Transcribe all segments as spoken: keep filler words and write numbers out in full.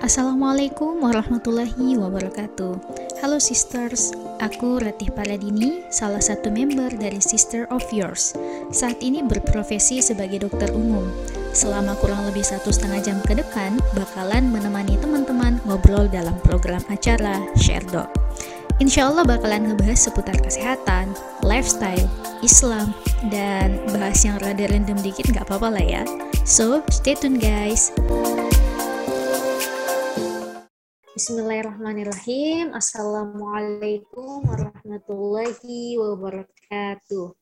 Assalamualaikum warahmatullahi wabarakatuh. Halo sisters, aku Ratih Paladini, salah satu member dari Sister of Yours. Saat ini berprofesi sebagai dokter umum. Selama kurang lebih satu setengah jam ke depan, bakalan menemani teman-teman ngobrol dalam program acara Share Doc. Insya Allah bakalan ngebahas seputar kesehatan, lifestyle, Islam, dan bahas yang rada random dikit gak apa-apa lah ya. So, stay tune guys. Bismillahirrahmanirrahim. Assalamualaikum warahmatullahi wabarakatuh.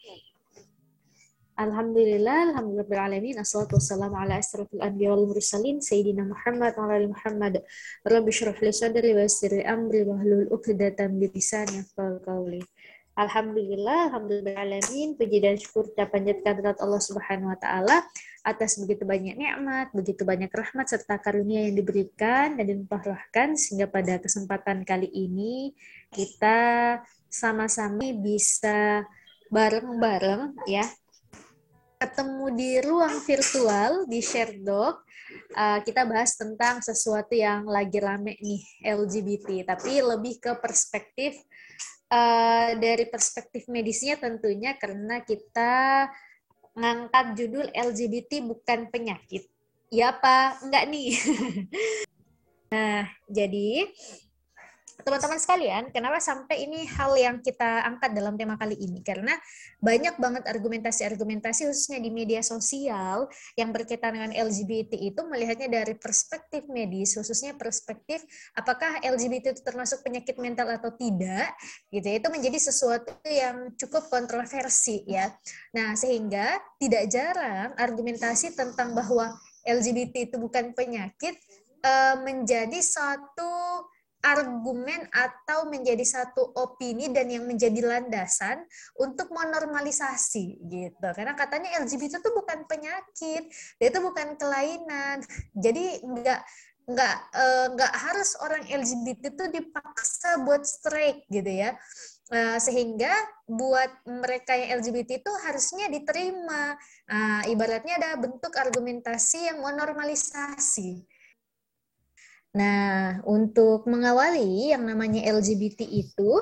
Alhamdulillah, alhamdulillahirrahmanirrahim. Assalatu wassalamu ala asrafil anbiya wal mursalin Sayyidina Muhammad wa ala ali Muhammad. Rabbi syrah li sadri wa yassir li amri wahlul 'uqdatam min lisani yafqahu qawli. Alhamdulillah, alhamdulillahirrahmanirrahim. Puji dan syukur kita panjatkan kepada Allah Subhanahu wa taala atas begitu banyak nikmat, begitu banyak rahmat serta karunia yang diberikan dan dilimpahkan sehingga pada kesempatan kali ini kita sama-sama bisa bareng-bareng ya ketemu di ruang virtual di Share Doc. Uh, kita bahas tentang sesuatu yang lagi rame nih, L G B T, tapi lebih ke perspektif uh, dari perspektif medisnya tentunya, karena kita ngangkat judul L G B T bukan penyakit. Ya apa? Enggak nih. Nah, jadi teman-teman sekalian, kenapa sampai ini hal yang kita angkat dalam tema kali ini? Karena banyak banget argumentasi-argumentasi khususnya di media sosial yang berkaitan dengan L G B T itu melihatnya dari perspektif medis, khususnya perspektif apakah L G B T itu termasuk penyakit mental atau tidak, gitu. Itu menjadi sesuatu yang cukup kontroversi ya. Nah, sehingga tidak jarang argumentasi tentang bahwa L G B T itu bukan penyakit uh, menjadi satu argumen atau menjadi satu opini dan yang menjadi landasan untuk menormalisasi gitu. Karena katanya L G B T itu bukan penyakit, itu bukan kelainan. Jadi enggak enggak enggak harus orang L G B T itu dipaksa buat straight gitu ya. Uh, sehingga buat mereka yang L G B T itu harusnya diterima. Uh, ibaratnya ada bentuk argumentasi yang menormalisasi. Nah, untuk mengawali yang namanya L G B T itu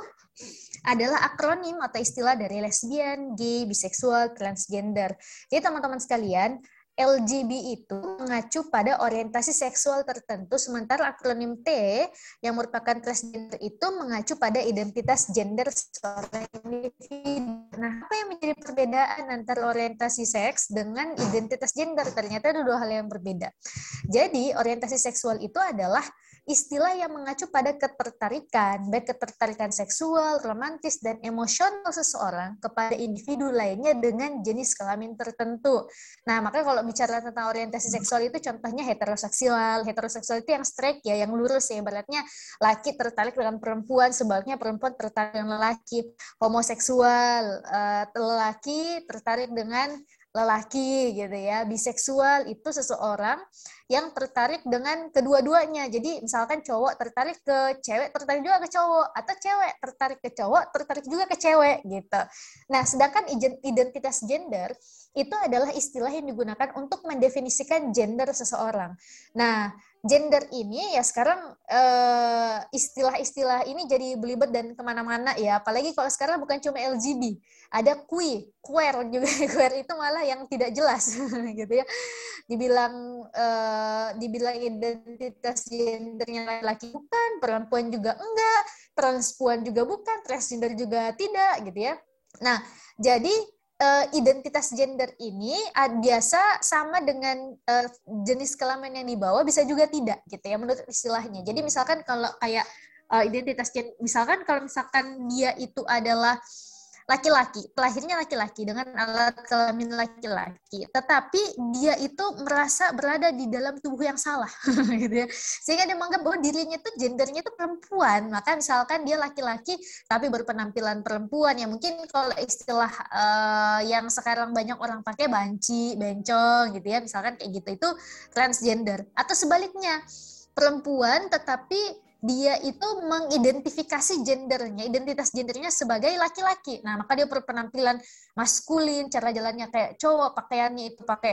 adalah akronim atau istilah dari lesbian, gay, biseksual, transgender. Jadi teman-teman sekalian, L G B itu mengacu pada orientasi seksual tertentu, sementara akronim T yang merupakan transgender itu mengacu pada identitas gender seorang individu. Nah, apa yang menjadi perbedaan antara orientasi seks dengan identitas gender? Ternyata ada dua hal yang berbeda. Jadi, orientasi seksual itu adalah istilah yang mengacu pada ketertarikan, baik ketertarikan seksual, romantis, dan emosional seseorang kepada individu lainnya dengan jenis kelamin tertentu. Nah, makanya kalau bicara tentang orientasi seksual itu contohnya heteroseksual. Heteroseksual itu yang straight ya, yang lurus ya. Ibaratnya laki tertarik dengan perempuan, sebaliknya perempuan tertarik dengan lelaki. Homoseksual, uh, lelaki tertarik dengan lelaki gitu ya. Biseksual itu seseorang yang tertarik dengan kedua-duanya. Jadi misalkan cowok tertarik ke cewek, tertarik juga ke cowok, atau cewek tertarik ke cowok, tertarik juga ke cewek gitu. Nah, sedangkan identitas gender itu adalah istilah yang digunakan untuk mendefinisikan gender seseorang. Nah, gender ini ya sekarang uh, istilah-istilah ini jadi belibet dan kemana-mana ya. Apalagi kalau sekarang bukan cuma L G B, ada queer, queer juga. Queer itu malah yang tidak jelas gitu ya. Dibilang uh, dibilang identitas gendernya laki-laki bukan, perempuan juga enggak, transpuan juga bukan, transgender juga tidak gitu ya. Nah, jadi Uh, identitas gender ini uh, biasa sama dengan uh, jenis kelamin yang dibawa, bisa juga tidak gitu ya menurut istilahnya. Jadi misalkan kalau kayak uh, identitas gender, misalkan kalau misalkan dia itu adalah laki-laki, lahirnya laki-laki dengan alat kelamin laki-laki, tetapi dia itu merasa berada di dalam tubuh yang salah, gitu ya. Sehingga dia menganggap bahwa dirinya itu gendernya itu perempuan, maka misalkan dia laki-laki tapi berpenampilan perempuan, ya mungkin kalau istilah uh, yang sekarang banyak orang pakai banci, bencong, gitu ya, misalkan kayak gitu, itu transgender. Atau sebaliknya, perempuan tetapi dia itu mengidentifikasi gendernya, identitas gendernya sebagai laki-laki. Nah, maka dia berpenampilan maskulin, cara jalannya kayak cowok, pakaiannya itu pakai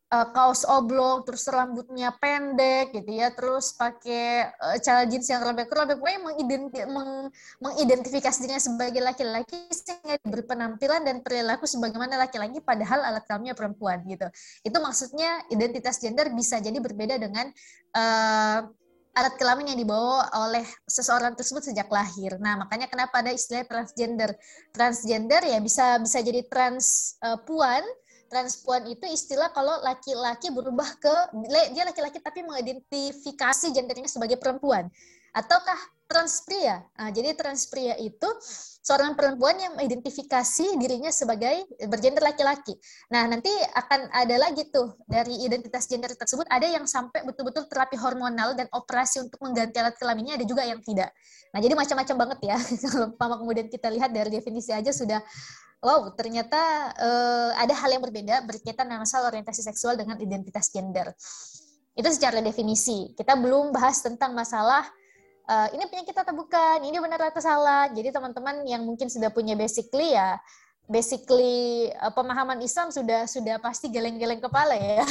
uh, kaos oblong, terus rambutnya pendek gitu ya, terus pakai uh, celana jeans yang robek-robek, pokoknya mengidenti meng mengidentifikasi dirinya sebagai laki-laki sehingga berpenampilan dan perilaku sebagaimana laki-laki padahal alat kelaminnya perempuan gitu. Itu maksudnya identitas gender bisa jadi berbeda dengan uh, alat kelamin yang dibawa oleh seseorang tersebut sejak lahir. Nah, makanya kenapa ada istilah transgender. Transgender ya bisa bisa jadi trans uh, puan. Transpuan itu istilah kalau laki-laki berubah ke, dia laki-laki tapi mengidentifikasi gendernya sebagai perempuan. Ataukah transpria. Nah, jadi transpria itu seorang perempuan yang mengidentifikasi dirinya sebagai bergender laki-laki. Nah, nanti akan ada lagi tuh dari identitas gender tersebut, ada yang sampai betul-betul terapi hormonal dan operasi untuk mengganti alat kelaminnya, ada juga yang tidak. Nah, jadi macam-macam banget ya. Kalau kemudian kita lihat dari definisi aja sudah, wow, ternyata uh, ada hal yang berbeda berkaitan dengan masalah orientasi seksual dengan identitas gender. Itu secara definisi. Kita belum bahas tentang masalah uh, ini penyakit atau bukan, ini benar atau salah. Jadi teman-teman yang mungkin sudah punya basically ya, basically uh, pemahaman Islam sudah sudah pasti geleng-geleng kepala ya.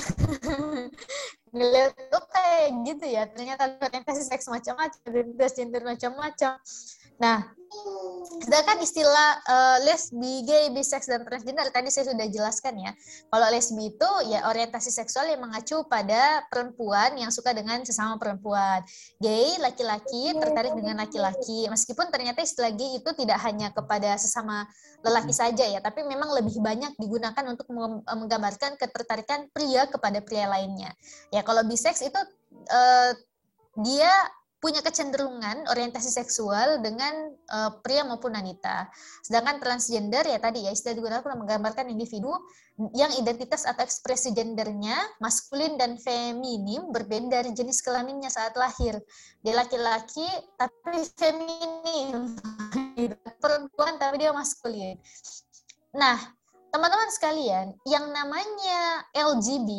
Ngeliat, oh kayak gitu ya, ternyata orientasi seks macam-macam, identitas gender macam-macam. Nah, sedangkan istilah uh, lesbi, gay, bisex, dan transgender tadi saya sudah jelaskan ya. Kalau lesbi itu ya orientasi seksual yang mengacu pada perempuan yang suka dengan sesama perempuan. Gay, laki-laki tertarik dengan laki-laki. Meskipun ternyata istilah gay itu tidak hanya kepada sesama lelaki saja ya, tapi memang lebih banyak digunakan untuk menggambarkan ketertarikan pria kepada pria lainnya. Ya kalau bisex itu uh, dia punya kecenderungan orientasi seksual dengan uh, pria maupun wanita. Sedangkan transgender ya tadi ya istilah digunakan untuk menggambarkan individu yang identitas atau ekspresi gendernya maskulin dan feminim berbeda dari jenis kelaminnya saat lahir. Dia laki-laki tapi feminim, perempuan tapi dia maskulin. Nah, teman-teman sekalian, yang namanya L G B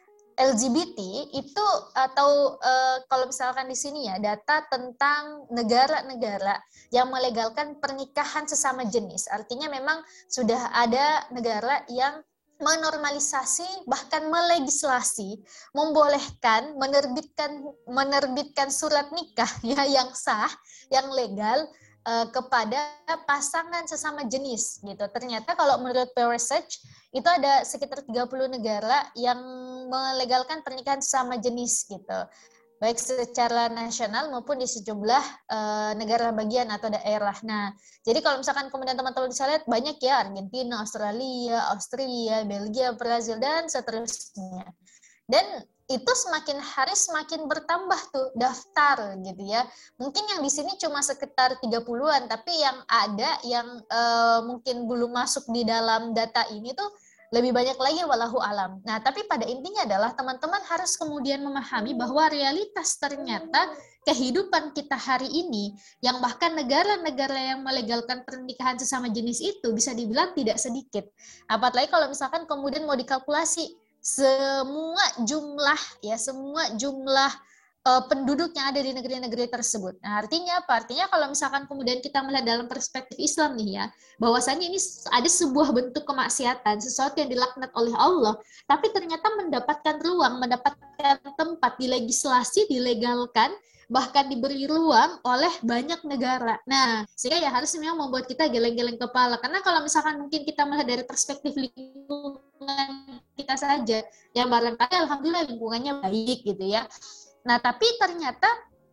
L G B T itu atau uh, kalau misalkan di sini ya data tentang negara-negara yang melegalkan pernikahan sesama jenis. Artinya memang sudah ada negara yang menormalisasi bahkan melegislasi membolehkan menerbitkan menerbitkan surat nikah ya yang sah, yang legal uh, kepada pasangan sesama jenis gitu. Ternyata kalau menurut Pew Research itu ada sekitar tiga puluh negara yang melegalkan pernikahan sesama jenis gitu. Baik secara nasional maupun di sejumlah uh, negara bagian atau daerah. Nah, jadi kalau misalkan kemudian teman-teman bisa lihat banyak ya Argentina, Australia, Austria, Belgia, Brazil dan seterusnya. Dan itu semakin hari semakin bertambah tuh daftar gitu ya. Mungkin yang di sini cuma sekitar tiga puluhan, tapi yang ada yang uh, mungkin belum masuk di dalam data ini tuh lebih banyak lagi walahu alam. Nah, tapi pada intinya adalah teman-teman harus kemudian memahami bahwa realitas ternyata kehidupan kita hari ini yang bahkan negara-negara yang melegalkan pernikahan sesama jenis itu bisa dibilang tidak sedikit. Apalagi kalau misalkan kemudian mau dikalkulasi semua jumlah ya semua jumlah uh, penduduk yang ada di negeri-negeri tersebut. Nah, artinya apa? Artinya kalau misalkan kemudian kita melihat dalam perspektif Islam nih ya, bahwasanya ini ada sebuah bentuk kemaksiatan, sesuatu yang dilaknat oleh Allah, tapi ternyata mendapatkan ruang, mendapatkan tempat dilegislasi, dilegalkan, bahkan diberi ruang oleh banyak negara. Nah, sehingga ya harus memang membuat kita geleng-geleng kepala. Karena kalau misalkan mungkin kita melihat dari perspektif lingkungan kita saja, yang barangkali alhamdulillah lingkungannya baik gitu ya. Nah, tapi ternyata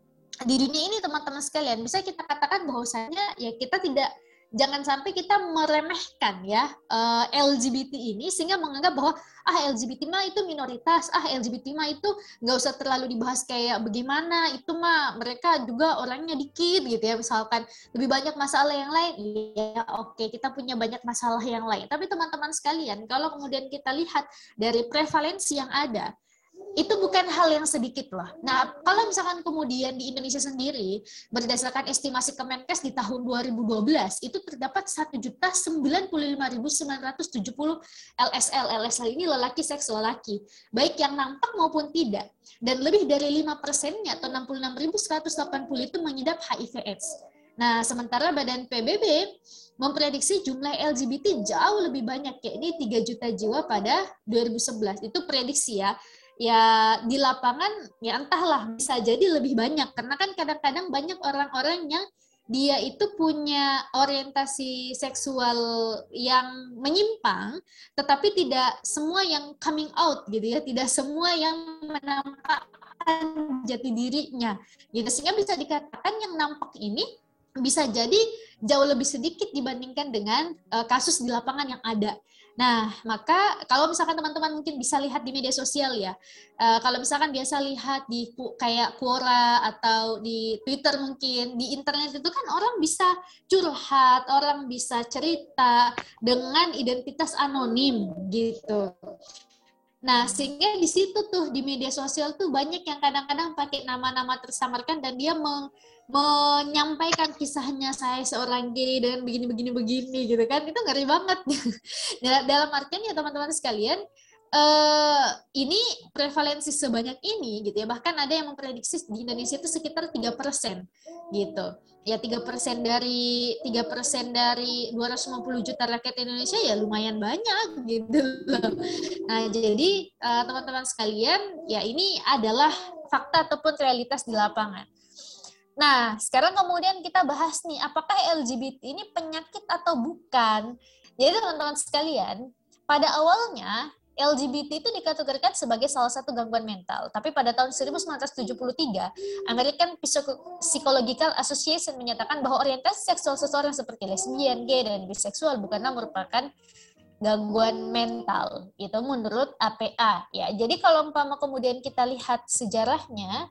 di dunia ini teman-teman sekalian bisa kita katakan bahwasanya ya kita tidak, jangan sampai kita meremehkan ya uh, L G B T ini sehingga menganggap bahwa ah L G B T mah itu minoritas, ah L G B T mah itu nggak usah terlalu dibahas kayak bagaimana, itu mah mereka juga orangnya dikit gitu ya, misalkan lebih banyak masalah yang lain. Ya oke, kita punya banyak masalah yang lain, tapi teman-teman sekalian kalau kemudian kita lihat dari prevalensi yang ada, itu bukan hal yang sedikit loh. Nah, kalau misalkan kemudian di Indonesia sendiri, berdasarkan estimasi Kemenkes di tahun dua ribu dua belas, itu terdapat satu juta sembilan puluh lima ribu sembilan ratus tujuh puluh L S L. L S L ini lelaki seks lelaki, baik yang nampak maupun tidak. Dan lebih dari lima persennya atau enam puluh enam ribu seratus delapan puluh itu mengidap H I V AIDS. Nah, sementara Badan P B B memprediksi jumlah L G B T jauh lebih banyak, yakni tiga juta jiwa pada dua ribu sebelas. Itu prediksi ya. Ya di lapangan ya entahlah, bisa jadi lebih banyak. Karena kan kadang-kadang banyak orang-orang yang dia itu punya orientasi seksual yang menyimpang, tetapi tidak semua yang coming out gitu ya, tidak semua yang menampakkan jati dirinya. Gitu. Sehingga bisa dikatakan yang nampak ini bisa jadi jauh lebih sedikit dibandingkan dengan uh, kasus di lapangan yang ada. Nah, maka kalau misalkan teman-teman mungkin bisa lihat di media sosial ya, uh, kalau misalkan biasa lihat di kayak Quora atau di Twitter mungkin, di internet itu kan orang bisa curhat, orang bisa cerita dengan identitas anonim gitu. Nah, sehingga di situ tuh di media sosial tuh banyak yang kadang-kadang pakai nama-nama tersamarkan dan dia meng, menyampaikan kisahnya, saya seorang gay dan begini-begini-begini gitu kan. Itu ngeri banget. Dalam artian ya teman-teman sekalian, eh, ini prevalensi sebanyak ini gitu ya. Bahkan ada yang memprediksi di Indonesia itu sekitar tiga persen gitu. Ya tiga persen dari tiga persen dari dua ratus lima puluh juta rakyat Indonesia ya lumayan banyak gitu loh. Nah, jadi uh, teman-teman sekalian, ya ini adalah fakta ataupun realitas di lapangan. Nah, sekarang kemudian kita bahas nih, apakah L G B T ini penyakit atau bukan? Jadi teman-teman sekalian, pada awalnya L G B T itu dikategorikan sebagai salah satu gangguan mental. Tapi pada tahun seribu sembilan ratus tujuh puluh tiga, American Psychological Association menyatakan bahwa orientasi seksual seseorang seperti lesbian, gay, dan biseksual bukanlah merupakan gangguan mental. Itu menurut A P A. Ya, jadi kalau umpama kemudian kita lihat sejarahnya,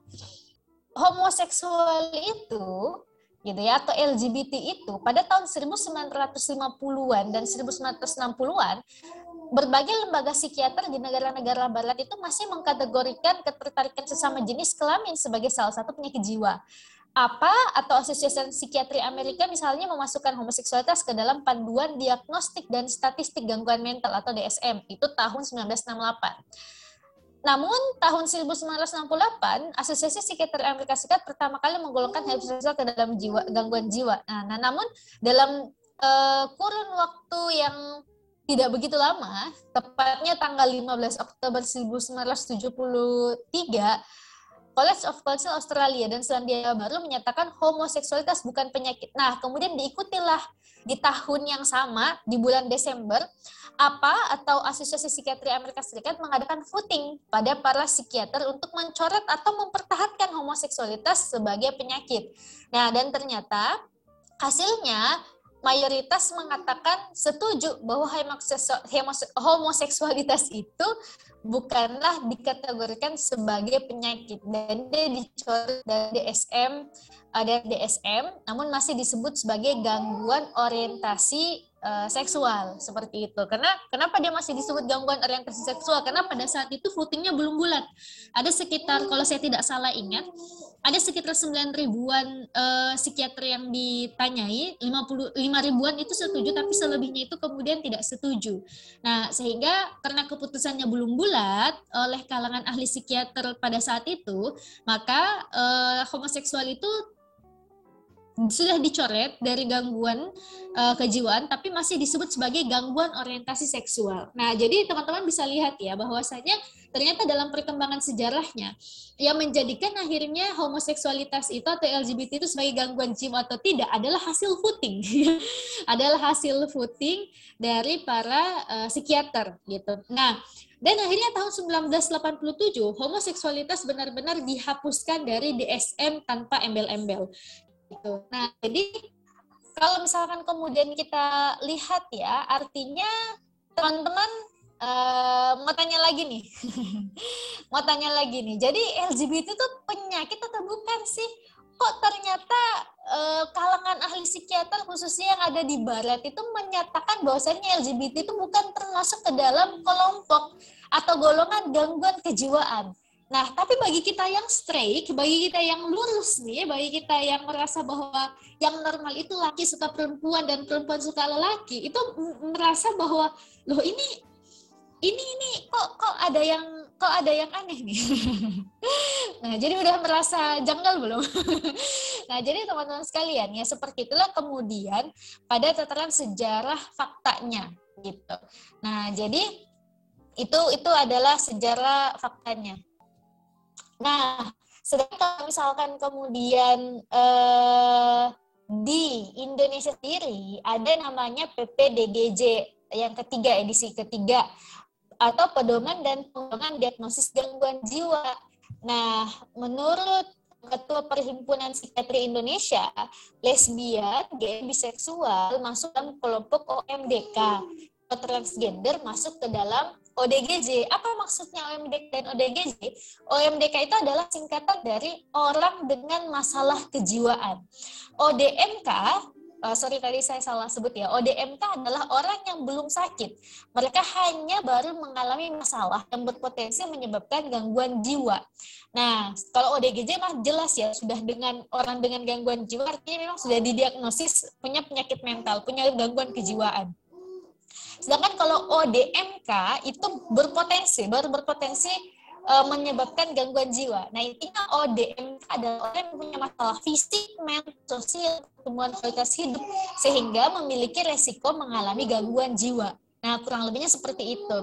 homoseksual itu gitu ya, atau L G B T itu pada tahun seribu sembilan ratus lima puluhan dan seribu sembilan ratus enam puluhan berbagai lembaga psikiater di negara-negara barat itu masih mengkategorikan ketertarikan sesama jenis kelamin sebagai salah satu penyakit jiwa. Apa atau Asosiasi Psikiatri Amerika misalnya memasukkan homoseksualitas ke dalam panduan diagnostik dan statistik gangguan mental atau D S M itu tahun seribu sembilan ratus enam puluh delapan. Namun tahun seribu sembilan ratus enam puluh delapan, Asosiasi Psikiatri Amerika Serikat pertama kali menggolongkan homoseksual ke dalam jiwa, gangguan jiwa. Nah, nah namun dalam uh, kurun waktu yang tidak begitu lama, tepatnya tanggal lima belas Oktober seribu sembilan ratus tujuh puluh tiga, College of Council Australia dan Selandia Baru menyatakan homoseksualitas bukan penyakit. Nah, kemudian diikutilah di tahun yang sama, di bulan Desember, A P A atau Asosiasi Psikiatri Amerika Serikat mengadakan voting pada para psikiater untuk mencoret atau mempertahankan homoseksualitas sebagai penyakit. Nah, dan ternyata hasilnya mayoritas mengatakan setuju bahwa homoseksualitas itu bukanlah dikategorikan sebagai penyakit dan dia dicoret dari D S M ada D S M, namun masih disebut sebagai gangguan orientasi uh, seksual seperti itu. Karena kenapa dia masih disebut gangguan orientasi seksual? Karena pada saat itu votingnya belum bulat. Ada sekitar, kalau saya tidak salah ingat, ada sekitar sembilan ribuan uh, psikiater yang ditanyai, lima puluh lima ribuan itu setuju, tapi selebihnya itu kemudian tidak setuju. Nah, sehingga karena keputusannya belum bulat oleh kalangan ahli psikiater pada saat itu, maka uh, homoseksual itu sudah dicoret dari gangguan uh, kejiwaan, tapi masih disebut sebagai gangguan orientasi seksual. Nah, jadi teman-teman bisa lihat ya, bahwasanya ternyata dalam perkembangan sejarahnya, yang menjadikan akhirnya homoseksualitas itu atau L G B T itu sebagai gangguan jiwa atau tidak adalah hasil voting. adalah hasil voting dari para uh, psikiater gitu. Nah, dan akhirnya tahun seribu sembilan ratus delapan puluh tujuh, homoseksualitas benar-benar dihapuskan dari D S M tanpa embel-embel. Gitu. Nah, jadi kalau misalkan kemudian kita lihat ya, artinya teman-teman uh, mau tanya lagi nih, mau tanya lagi nih. Jadi L G B T itu penyakit atau bukan sih? Kok ternyata uh, kalangan ahli psikiater khususnya yang ada di Barat itu menyatakan bahwasanya L G B T itu bukan termasuk ke dalam kelompok atau golongan gangguan kejiwaan. Nah, tapi bagi kita yang straight, bagi kita yang lurus nih, bagi kita yang merasa bahwa yang normal itu laki suka perempuan dan perempuan suka lelaki, itu merasa bahwa loh ini ini ini kok kok ada yang kok ada yang aneh nih. Nah, jadi udah merasa janggal belum? Nah, jadi teman-teman sekalian, ya seperti itulah kemudian pada tataran sejarah faktanya gitu. Nah, jadi itu itu adalah sejarah faktanya. Nah, sedangkan kalau misalkan kemudian eh, di Indonesia sendiri ada namanya P P D G J yang ketiga, edisi ketiga, atau pedoman dan pengembangan diagnosis gangguan jiwa. Nah, menurut Ketua Perhimpunan Psikiatri Indonesia, lesbian, gay, biseksual masuk dalam kelompok O M D K. Transgender masuk ke dalam O D G J. Apa maksudnya O M D K dan O D G J? O M D K itu adalah singkatan dari orang dengan masalah kejiwaan. O D M K, uh, sorry tadi saya salah sebut ya, O D M K adalah orang yang belum sakit. Mereka hanya baru mengalami masalah yang berpotensi menyebabkan gangguan jiwa. Nah, kalau O D G J mah jelas ya, sudah dengan orang dengan gangguan jiwa, artinya memang sudah didiagnosis punya penyakit mental, punya gangguan kejiwaan. Sedangkan kalau O D M K itu berpotensi, baru berpotensi e, menyebabkan gangguan jiwa. Nah, intinya O D M K adalah orang yang punya masalah fisik, mental, sosial, pertumbuhan kualitas hidup, sehingga memiliki resiko mengalami gangguan jiwa. Nah, kurang lebihnya seperti itu.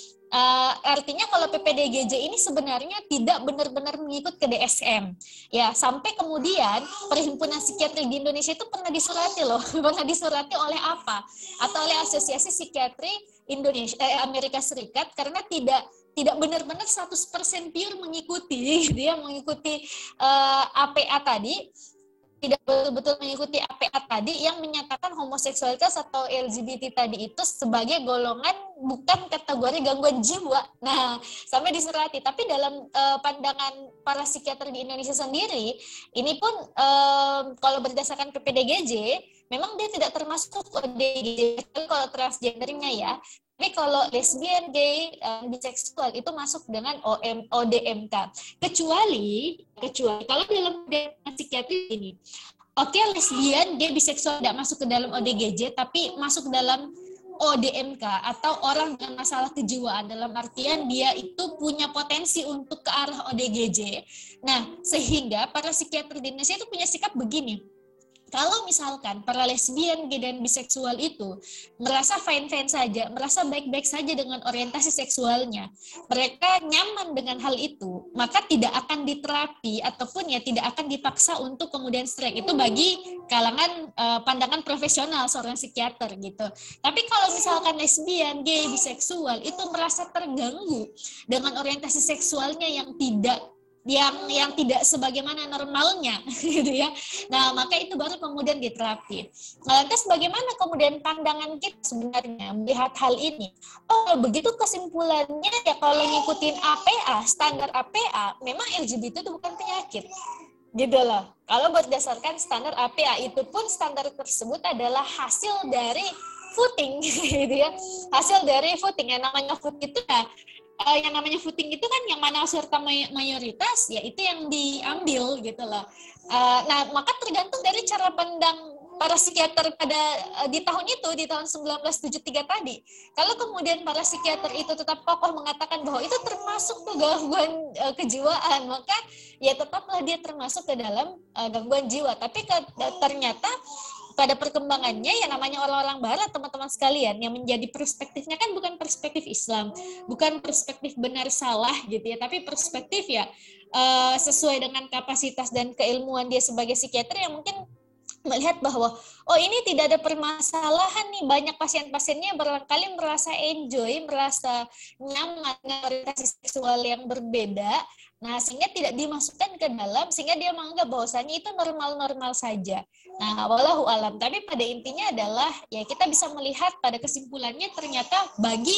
Uh, artinya kalau P P D G J ini sebenarnya tidak benar-benar mengikut ke D S M ya, sampai kemudian Perhimpunan Psikiatri di Indonesia itu pernah disurati loh pernah disurati oleh apa atau oleh Asosiasi Psikiatri Indonesia eh, Amerika Serikat, karena tidak tidak benar-benar seratus persen pure mengikuti dia mengikuti uh, A P A tadi, tidak betul-betul mengikuti A P A tadi yang menyatakan homoseksualitas atau L G B T tadi itu sebagai golongan bukan kategori gangguan jiwa. Nah, sampai disurati. Tapi dalam uh, pandangan para psikiater di Indonesia sendiri, ini pun uh, kalau berdasarkan P P D G J, memang dia tidak termasuk O D G J kalau transgendernya ya. Tapi kalau lesbian, gay, um, biseksual itu masuk dengan O M, O D M K. Kecuali, kecuali kalau dalam psikiatri ini, oke okay, lesbian, gay, biseksual tidak masuk ke dalam O D G J, tapi masuk dalam O D M K atau orang dengan masalah kejiwaan, dalam artian dia itu punya potensi untuk ke arah O D G J. Nah, sehingga para psikiater di Indonesia itu punya sikap begini. Kalau misalkan para lesbian, gay, dan biseksual itu merasa fine-fine saja, merasa baik-baik saja dengan orientasi seksualnya, mereka nyaman dengan hal itu, maka tidak akan diterapi ataupun ya tidak akan dipaksa untuk kemudian strike. Itu bagi kalangan uh, pandangan profesional seorang psikiater gitu. Tapi kalau misalkan lesbian, gay, biseksual itu merasa terganggu dengan orientasi seksualnya yang tidak yang yang tidak sebagaimana normalnya gitu ya. Nah, maka itu baru kemudian diterapi. Nah, lantas bagaimana kemudian pandangan kita sebenarnya melihat hal ini? Oh, begitu kesimpulannya ya, kalau ngikutin A P A, standar A P A, memang L G B T itu bukan penyakit. Gitu loh. Kalau berdasarkan standar A P A, itu pun standar tersebut adalah hasil dari voting gitu ya. Hasil dari voting, yang namanya voting itu ya Uh, yang namanya voting itu kan yang mana serta mayoritas, ya itu yang diambil gitu loh. Uh, nah, maka tergantung dari cara pandang para psikiater pada uh, di tahun itu, di tahun seribu sembilan ratus tujuh puluh tiga tadi. Kalau kemudian para psikiater itu tetap kokoh mengatakan bahwa itu termasuk tuh gangguan uh, kejiwaan, maka ya tetaplah dia termasuk ke dalam uh, gangguan jiwa. Tapi ke, ternyata pada perkembangannya ya namanya orang-orang barat, teman-teman sekalian, yang menjadi perspektifnya kan bukan perspektif Islam, bukan perspektif benar salah gitu ya, tapi perspektif ya uh, sesuai dengan kapasitas dan keilmuan dia sebagai psikiater yang mungkin melihat bahwa oh ini tidak ada permasalahan nih, banyak pasien-pasiennya barangkali merasa enjoy, merasa nyaman dengan orientasi seksual yang berbeda. Nah, sehingga tidak dimasukkan ke dalam, sehingga dia menganggap bahwasanya itu normal-normal saja. Nah, wallahu alam. Tapi pada intinya adalah ya kita bisa melihat pada kesimpulannya ternyata bagi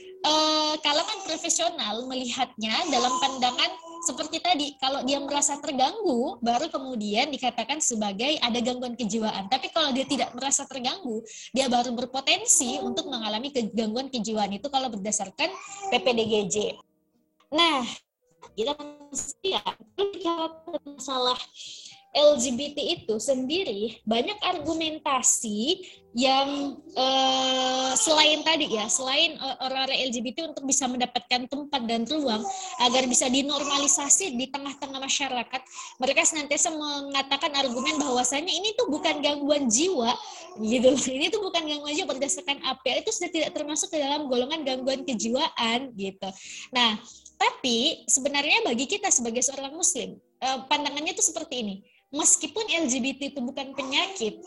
eh, kalangan profesional melihatnya dalam pandangan seperti tadi, kalau dia merasa terganggu, baru kemudian dikatakan sebagai ada gangguan kejiwaan. Tapi kalau dia tidak merasa terganggu, dia baru berpotensi untuk mengalami gangguan kejiwaan itu kalau berdasarkan P P D G J. Nah, kita mesti ya bicara masalah L G B T itu sendiri banyak argumentasi yang uh, selain tadi ya, selain orang-orang L G B T untuk bisa mendapatkan tempat dan ruang agar bisa dinormalisasi di tengah-tengah masyarakat, mereka senantiasa mengatakan argumen bahwasanya ini tuh bukan gangguan jiwa gitu. Ini tuh bukan gangguan jiwa berdasarkan A P L, itu sudah tidak termasuk ke dalam golongan gangguan kejiwaan gitu. Nah, tapi sebenarnya bagi kita sebagai seorang muslim, pandangannya itu seperti ini. Meskipun L G B T itu bukan penyakit,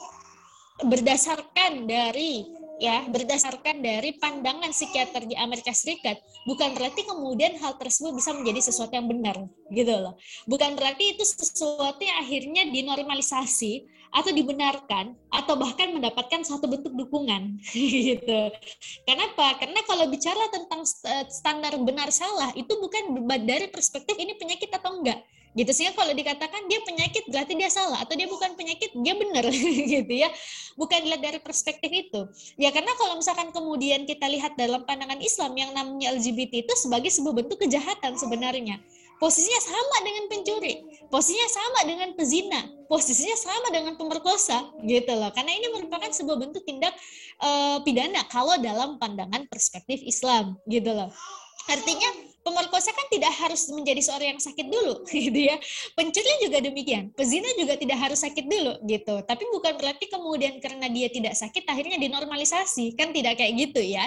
berdasarkan dari ya berdasarkan dari pandangan psikiater di Amerika Serikat, bukan berarti kemudian hal tersebut bisa menjadi sesuatu yang benar gitu loh. Bukan berarti itu sesuatu yang akhirnya dinormalisasi atau dibenarkan atau bahkan mendapatkan suatu bentuk dukungan gitu. Kenapa? Karena kalau bicara tentang standar benar salah itu bukan dari perspektif ini penyakit atau enggak gitu, sehingga kalau dikatakan dia penyakit berarti dia salah, atau dia bukan penyakit dia benar gitu ya, bukan dilihat dari perspektif itu ya. Karena kalau misalkan kemudian kita lihat dalam pandangan Islam yang namanya L G B T itu sebagai sebuah bentuk kejahatan, sebenarnya posisinya sama dengan pencuri, posisinya sama dengan pezina, posisinya sama dengan pemerkosa gitu loh, karena ini merupakan sebuah bentuk tindak uh, pidana kalau dalam pandangan perspektif Islam gitu loh. Artinya pemerkosa kan tidak harus menjadi seorang yang sakit dulu gitu ya. Pencuri juga demikian, pezina juga tidak harus sakit dulu gitu. Tapi bukan berarti kemudian karena dia tidak sakit akhirnya dinormalisasi, kan tidak kayak gitu ya.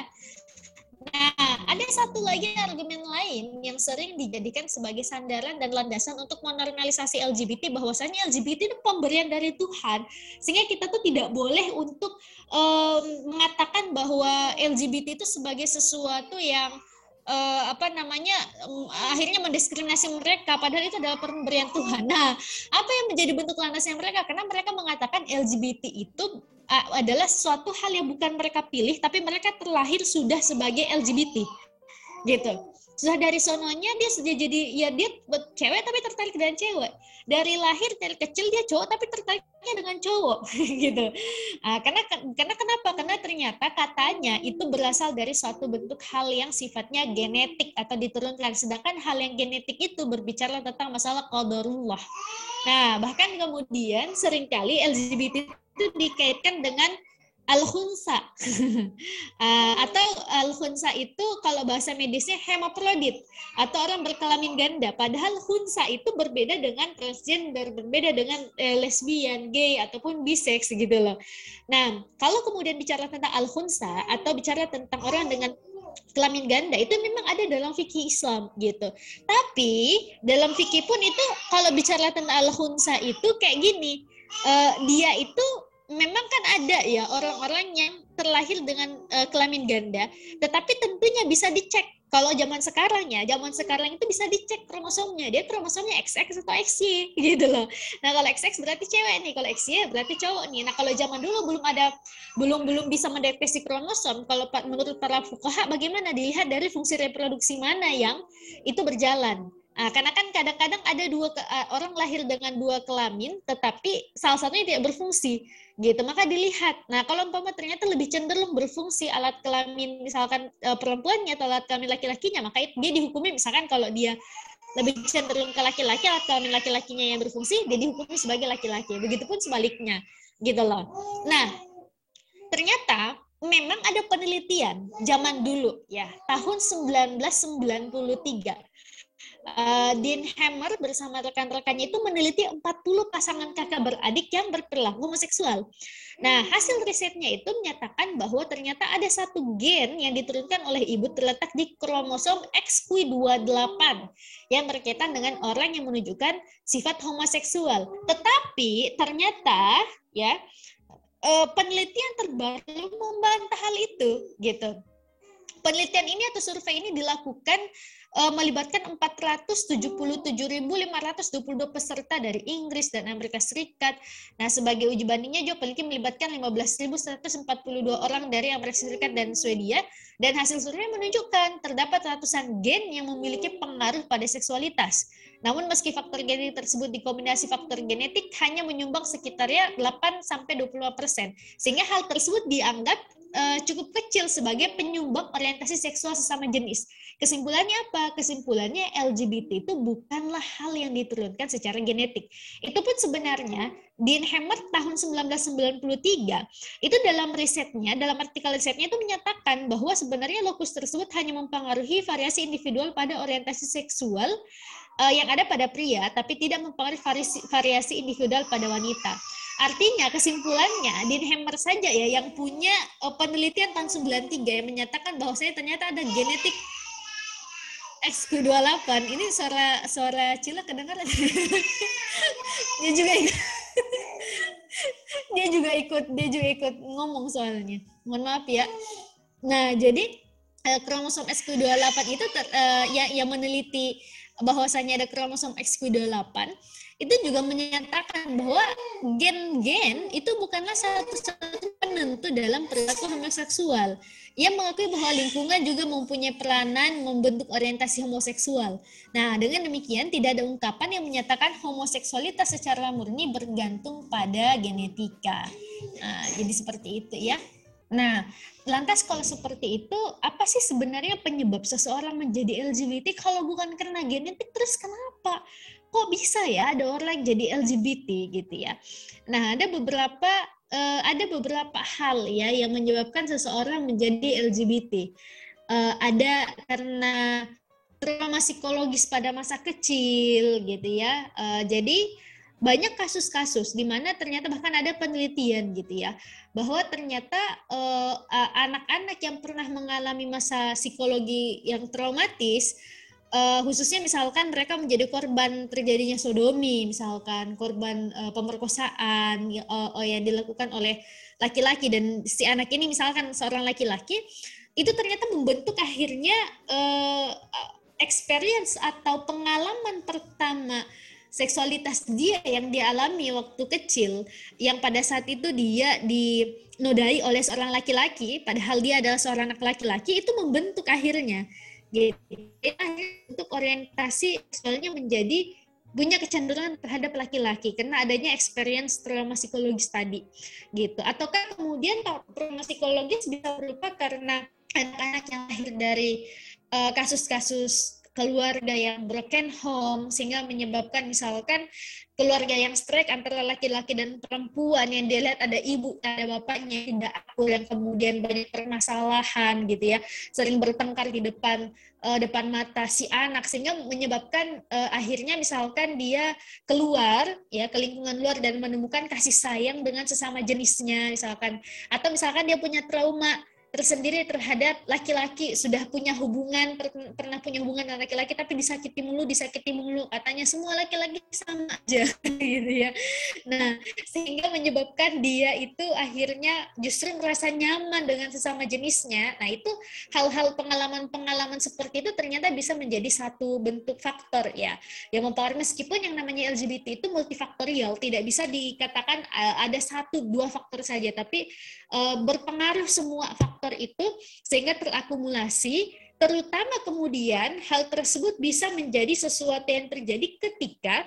Nah, ada satu lagi argumen lain yang sering dijadikan sebagai sandaran dan landasan untuk menormalisasi L G B T, bahwasanya L G B T itu pemberian dari Tuhan, sehingga kita tuh tidak boleh untuk um, mengatakan bahwa L G B T itu sebagai sesuatu yang Uh, apa namanya um, akhirnya mendiskriminasi mereka, padahal itu adalah pemberian Tuhan. Nah, apa yang menjadi bentuk landasnya mereka? Karena mereka mengatakan L G B T itu uh, adalah suatu hal yang bukan mereka pilih, tapi mereka terlahir sudah sebagai L G B T gitu. Sudah dari sononya dia sudah jadi ya dia cewek tapi tertarik dengan cewek. Dari lahir dari kecil dia cowok tapi tertariknya dengan cowok gitu. Nah, karena karena kenapa? Karena ternyata katanya itu berasal dari suatu bentuk hal yang sifatnya genetik atau diturunkan. Sedangkan hal yang genetik itu berbicara tentang masalah qadarullah. Nah, bahkan kemudian seringkali L G B T itu dikaitkan dengan al-khunsa uh, atau al-khunsa itu kalau bahasa medisnya hemaprodit atau orang berkelamin ganda, padahal khunsa itu berbeda dengan transgender, berbeda dengan eh, lesbian, gay ataupun bisex gitu loh. Nah, kalau kemudian bicara tentang al-khunsa atau bicara tentang orang dengan kelamin ganda itu memang ada dalam fikih Islam gitu. Tapi dalam fikih pun itu kalau bicara tentang al-khunsa itu kayak gini, uh, dia itu memang kan ada ya orang-orang yang terlahir dengan uh, kelamin ganda, tetapi tentunya bisa dicek. Kalau zaman sekarang ya, zaman sekarang itu bisa dicek kromosomnya, dia kromosomnya X X atau X Y gitu loh. Nah kalau X X berarti cewek nih, kalau X Y berarti cowok nih. Nah kalau zaman dulu belum ada, belum belum bisa mendeteksi kromosom. Kalau menurut para fuqaha bagaimana, dilihat dari fungsi reproduksi mana yang itu berjalan. Nah, karena kan kadang-kadang ada dua uh, orang lahir dengan dua kelamin, tetapi salah satunya tidak berfungsi, gitu. Maka dilihat. Nah, kalau umpama ternyata lebih cenderung berfungsi alat kelamin, misalkan uh, perempuannya atau alat kelamin laki-lakinya, maka dia dihukumi, misalkan kalau dia lebih cenderung ke laki-laki, alat kelamin laki-lakinya yang berfungsi, dia dihukumi sebagai laki-laki. Begitupun sebaliknya, gitu loh. Nah, ternyata memang ada penelitian zaman dulu, ya, tahun sembilan belas sembilan puluh tiga. Uh, Dean Hammer bersama rekan-rekannya itu meneliti empat puluh pasangan kakak beradik yang berperilaku homoseksual. Nah, hasil risetnya itu menyatakan bahwa ternyata ada satu gen yang diturunkan oleh ibu terletak di kromosom X Q dua puluh delapan yang berkaitan dengan orang yang menunjukkan sifat homoseksual. Tetapi ternyata ya uh, penelitian terbaru membantah hal itu, gitu. Penelitian ini atau survei ini dilakukan uh, melibatkan empat ratus tujuh puluh tujuh ribu lima ratus dua puluh dua peserta dari Inggris dan Amerika Serikat. Nah, sebagai uji bandingnya juga peneliti melibatkan lima belas ribu seratus empat puluh dua orang dari Amerika Serikat dan Swedia, dan hasil survei menunjukkan terdapat ratusan gen yang memiliki pengaruh pada seksualitas. Namun meski faktor genetik tersebut dikombinasi faktor genetik hanya menyumbang sekitarnya delapan sampai dua puluh lima persen, sehingga hal tersebut dianggap Uh, cukup kecil sebagai penyumbang orientasi seksual sesama jenis. Kesimpulannya apa? Kesimpulannya L G B T itu bukanlah hal yang diturunkan secara genetik. Itu pun sebenarnya Dean Hammer tahun seribu sembilan ratus sembilan puluh tiga itu dalam risetnya, dalam artikel risetnya itu menyatakan bahwa sebenarnya lokus tersebut hanya mempengaruhi variasi individual pada orientasi seksual uh, yang ada pada pria, tapi tidak mempengaruhi variasi, variasi individual pada wanita. Artinya kesimpulannya Dean Hammer saja ya yang punya uh, penelitian tahun sembilan puluh tiga yang menyatakan bahwasanya ternyata ada genetik X Q dua puluh delapan. Ini suara suara Cila kedengaran. dia juga ikut, dia juga ikut dia juga ikut ngomong soalnya. Mohon maaf ya. Nah, jadi kromosom X Q dua puluh delapan itu ter, uh, yang, yang meneliti bahwasanya ada kromosom X Q dua puluh delapan itu juga menyatakan bahwa gen-gen itu bukanlah satu-satu penentu dalam perilaku homoseksual. Ia mengakui bahwa lingkungan juga mempunyai peranan membentuk orientasi homoseksual. Nah, dengan demikian tidak ada ungkapan yang menyatakan homoseksualitas secara murni bergantung pada genetika. Nah, jadi seperti itu ya. Nah, lantas kalau seperti itu, apa sih sebenarnya penyebab seseorang menjadi L G B T kalau bukan karena genetik? Terus kenapa? Kok bisa ya ada orang jadi L G B T gitu ya? Nah, ada beberapa uh, ada beberapa hal ya yang menyebabkan seseorang menjadi L G B T. Uh, ada karena trauma psikologis pada masa kecil gitu ya. Uh, jadi banyak kasus-kasus di mana ternyata bahkan ada penelitian gitu ya bahwa ternyata uh, anak-anak yang pernah mengalami masa psikologi yang traumatis, uh, khususnya misalkan mereka menjadi korban terjadinya sodomi, misalkan korban uh, pemerkosaan uh, uh, yang dilakukan oleh laki-laki, dan si anak ini misalkan seorang laki-laki, itu ternyata membentuk akhirnya uh, experience atau pengalaman pertama seksualitas dia yang dialami waktu kecil, yang pada saat itu dia dinodai oleh seorang laki-laki, padahal dia adalah seorang anak laki-laki, itu membentuk akhirnya. Jadi untuk orientasi seksualnya menjadi punya kecenderungan terhadap laki-laki karena adanya experience trauma psikologis tadi, gitu. Ataukah kemudian trauma psikologis bisa berupa karena anak-anak yang lahir dari uh, kasus-kasus keluarga yang broken home, sehingga menyebabkan misalkan keluarga yang strike antara laki-laki dan perempuan, yang dilihat ada ibu, ada bapaknya tidak akur, dan kemudian banyak permasalahan gitu ya, sering bertengkar di depan uh, depan mata si anak, sehingga menyebabkan uh, akhirnya misalkan dia keluar ya ke lingkungan luar dan menemukan kasih sayang dengan sesama jenisnya misalkan, atau misalkan dia punya trauma tersendiri terhadap laki-laki, sudah punya hubungan, per, pernah punya hubungan dengan laki-laki tapi disakiti mulu, disakiti mulu, katanya semua laki-laki sama aja gitu ya. Nah, sehingga menyebabkan dia itu akhirnya justru merasa nyaman dengan sesama jenisnya. Nah, itu hal-hal pengalaman-pengalaman seperti itu ternyata bisa menjadi satu bentuk faktor ya, yang mempengaruhi. Meskipun yang namanya L G B T itu multifaktorial, tidak bisa dikatakan uh, ada satu dua faktor saja, tapi uh, berpengaruh semua faktor itu sehingga terakumulasi, terutama kemudian hal tersebut bisa menjadi sesuatu yang terjadi ketika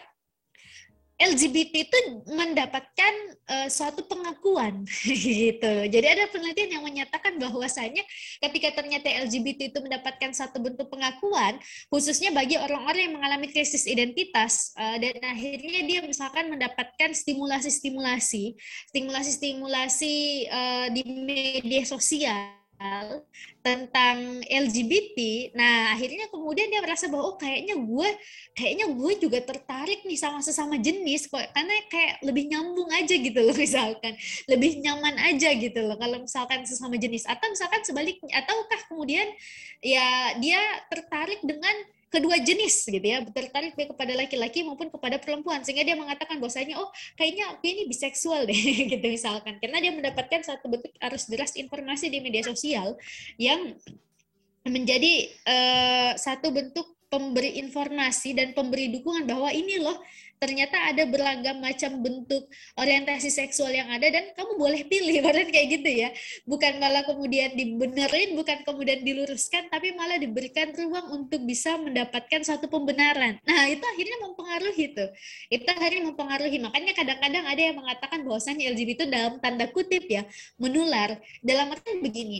L G B T itu mendapatkan uh, suatu pengakuan gitu. Jadi ada penelitian yang menyatakan bahwasanya ketika ternyata L G B T itu mendapatkan satu bentuk pengakuan, khususnya bagi orang-orang yang mengalami krisis identitas, uh, dan akhirnya dia misalkan mendapatkan stimulasi-stimulasi, stimulasi-stimulasi uh, di media sosial tentang L G B T. Nah, akhirnya kemudian dia merasa bahwa oh kayaknya gue kayaknya gue juga tertarik nih sama sesama jenis kok, karena kayak lebih nyambung aja gitu loh, misalkan lebih nyaman aja gitu loh kalau misalkan sesama jenis, atau misalkan sebaliknya, ataukah kemudian ya dia tertarik dengan kedua jenis gitu ya, tertarik baik kepada laki-laki maupun kepada perempuan, sehingga dia mengatakan bahwasanya oh kayaknya aku ini biseksual deh gitu misalkan, karena dia mendapatkan satu bentuk arus deras informasi di media sosial yang menjadi uh, satu bentuk pemberi informasi dan pemberi dukungan bahwa ini loh ternyata ada beragam macam bentuk orientasi seksual yang ada dan kamu boleh pilih, berarti kayak gitu ya, bukan malah kemudian dibenerin, bukan kemudian diluruskan, tapi malah diberikan ruang untuk bisa mendapatkan satu pembenaran. Nah itu akhirnya mempengaruhi tuh, itu akhirnya mempengaruhi. Makanya kadang-kadang ada yang mengatakan bahwasannya L G B T itu dalam tanda kutip ya menular, dalam arti begini,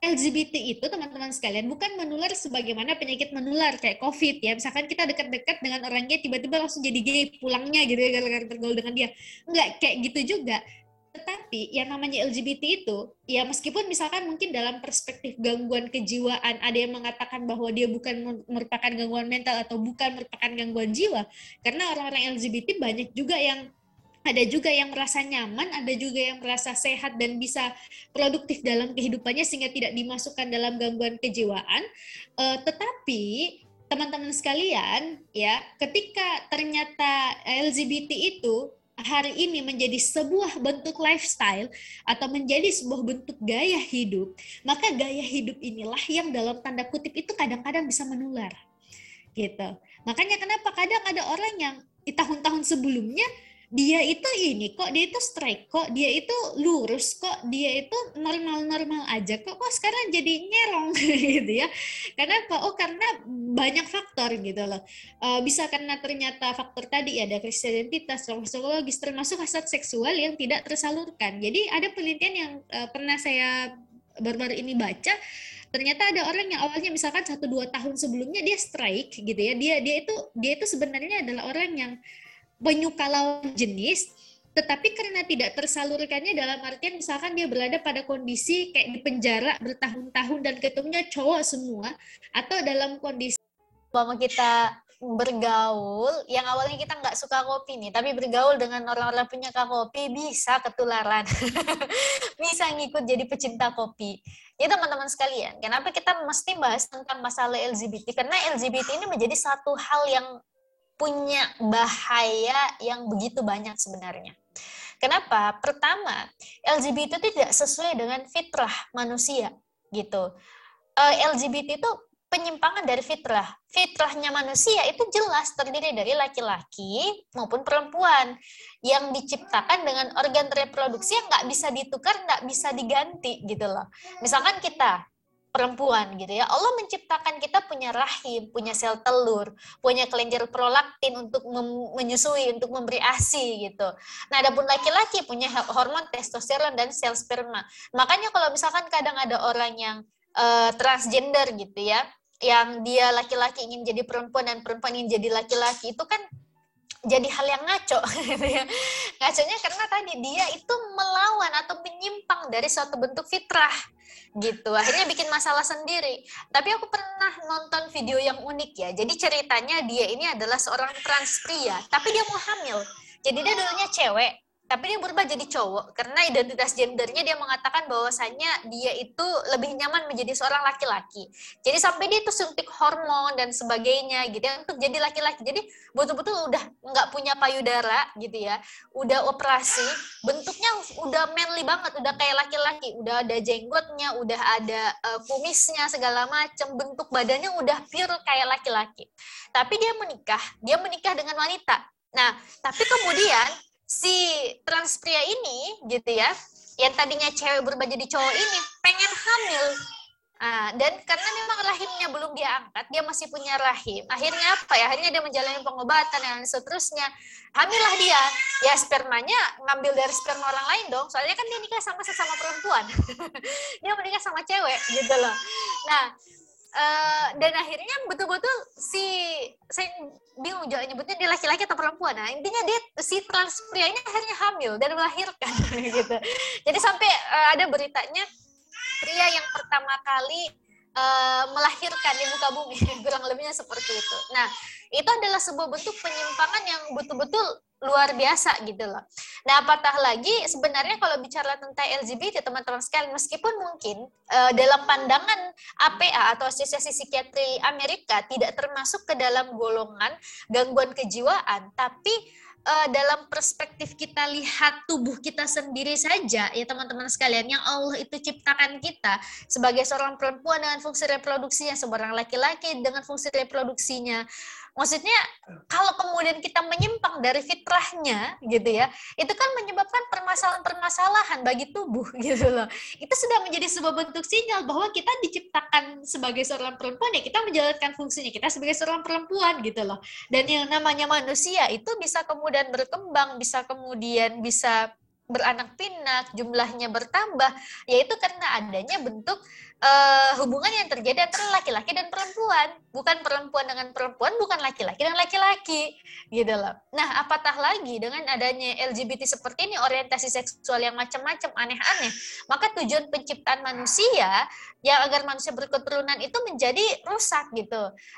L G B T itu teman-teman sekalian bukan menular sebagaimana penyakit menular kayak COVID ya. Misalkan kita dekat-dekat dengan orang gay tiba-tiba langsung jadi gay pulangnya gitu ya gara-gara tergaul dengan dia. Enggak kayak gitu juga. Tetapi yang namanya L G B T itu, ya meskipun misalkan mungkin dalam perspektif gangguan kejiwaan, ada yang mengatakan bahwa dia bukan merupakan gangguan mental atau bukan merupakan gangguan jiwa, karena orang-orang L G B T banyak juga yang, ada juga yang merasa nyaman, ada juga yang merasa sehat dan bisa produktif dalam kehidupannya sehingga tidak dimasukkan dalam gangguan kejiwaan. Uh, tetapi teman-teman sekalian, ya ketika ternyata L G B T itu hari ini menjadi sebuah bentuk lifestyle atau menjadi sebuah bentuk gaya hidup, maka gaya hidup inilah yang dalam tanda kutip itu kadang-kadang bisa menular. Gitu. Makanya kenapa kadang ada orang yang di tahun-tahun sebelumnya dia itu ini kok, dia itu straight kok, dia itu lurus kok, dia itu normal-normal aja kok, kok sekarang jadi nyerong gitu ya. Kenapa? Oh karena banyak faktor gitu loh. Uh, bisa karena ternyata faktor tadi ada krisis identitas, trauma psikologis, termasuk hasrat seksual yang tidak tersalurkan. Jadi ada penelitian yang uh, pernah saya baru-baru ini baca, ternyata ada orang yang awalnya misalkan satu dua tahun sebelumnya dia strike gitu ya, dia dia itu dia itu sebenarnya adalah orang yang penyuka lawan jenis, tetapi karena tidak tersalurkannya dalam artian misalkan dia berada pada kondisi kayak di penjara bertahun-tahun dan ketemunya cowok semua, atau dalam kondisi bahwa kita bergaul yang awalnya kita nggak suka kopi nih, tapi bergaul dengan orang-orang penyuka kopi bisa ketularan, bisa ngikut jadi pecinta kopi. Jadi teman-teman sekalian, kenapa kita mesti bahas tentang masalah L G B T? Karena L G B T ini menjadi satu hal yang punya bahaya yang begitu banyak sebenarnya. Kenapa? Pertama, L G B T itu tidak sesuai dengan fitrah manusia gitu. L G B T itu penyimpangan dari fitrah. Fitrahnya manusia itu jelas terdiri dari laki-laki maupun perempuan yang diciptakan dengan organ reproduksi yang nggak bisa ditukar, nggak bisa diganti gitu loh. Misalkan kita perempuan gitu ya, Allah menciptakan kita punya rahim, punya sel telur, punya kelenjar prolaktin untuk menyusui, untuk memberi ASI gitu. Nah, adapun laki-laki punya hormon testosteron dan sel sperma. Makanya kalau misalkan kadang ada orang yang uh, transgender gitu ya, yang dia laki-laki ingin jadi perempuan dan perempuan ingin jadi laki-laki, itu kan jadi hal yang ngaco gitu ya. Ngaconya karena tadi dia itu melawan atau menyimpang dari suatu bentuk fitrah gitu. Akhirnya bikin masalah sendiri. Tapi aku pernah nonton video yang unik ya. Jadi ceritanya dia ini adalah seorang trans pria, tapi dia mau hamil. Jadi dia dulunya cewek, tapi dia berubah jadi cowok karena identitas gendernya dia mengatakan bahwasannya dia itu lebih nyaman menjadi seorang laki-laki. Jadi sampai dia itu suntik hormon dan sebagainya gitu ya untuk jadi laki-laki. Jadi betul-betul udah nggak punya payudara gitu ya, udah operasi, bentuknya udah manly banget, udah kayak laki-laki, udah ada jenggotnya, udah ada uh, kumisnya segala macam, bentuk badannya udah pure kayak laki-laki. Tapi dia menikah, dia menikah dengan wanita. Nah, tapi kemudian si trans pria ini gitu ya, yang tadinya cewek berubah jadi cowok ini pengen hamil. Nah, dan karena memang rahimnya belum dia angkat, dia masih punya rahim. Akhirnya apa ya? Akhirnya dia menjalani pengobatan dan seterusnya. Hamillah dia. Ya spermanya ngambil dari sperma orang lain dong. Soalnya kan dia nikah sama sesama perempuan. Dia menikah sama cewek gitu loh. Nah, Uh, dan akhirnya betul-betul si saya bingung juga nyebutnya dia laki-laki atau perempuan. Nah intinya dia si trans pria ini akhirnya hamil dan melahirkan gitu. Jadi sampai uh, ada beritanya pria yang pertama kali uh, melahirkan di muka bumi, kurang lebihnya seperti itu. Nah itu adalah sebuah bentuk penyimpangan yang betul-betul luar biasa gitu loh. Nah, apatah lagi sebenarnya kalau bicara tentang L G B T teman-teman sekalian, meskipun mungkin uh, dalam pandangan A P A atau Asosiasi Psikiatri Amerika tidak termasuk ke dalam golongan gangguan kejiwaan, tapi uh, dalam perspektif kita lihat tubuh kita sendiri saja ya teman-teman sekalian, yang Allah itu ciptakan kita sebagai seorang perempuan dengan fungsi reproduksinya, seorang laki-laki dengan fungsi reproduksinya. Maksudnya kalau kemudian kita menyimpang dari fitrahnya gitu ya, itu kan menyebabkan permasalahan-permasalahan bagi tubuh gitu loh. Itu sudah menjadi sebuah bentuk sinyal bahwa kita diciptakan sebagai seorang perempuan, ya kita menjalankan fungsinya kita sebagai seorang perempuan gitu loh. Dan yang namanya manusia itu bisa kemudian berkembang, bisa kemudian bisa beranak pinak, jumlahnya bertambah, yaitu karena adanya bentuk uh, hubungan yang terjadi antara laki-laki dan perempuan, bukan perempuan dengan perempuan, bukan laki-laki dan laki-laki, gitu loh. Nah, apatah lagi dengan adanya L G B T seperti ini, orientasi seksual yang macam-macam aneh-aneh, maka tujuan penciptaan manusia yang agar manusia berketurunan itu menjadi rusak gitu.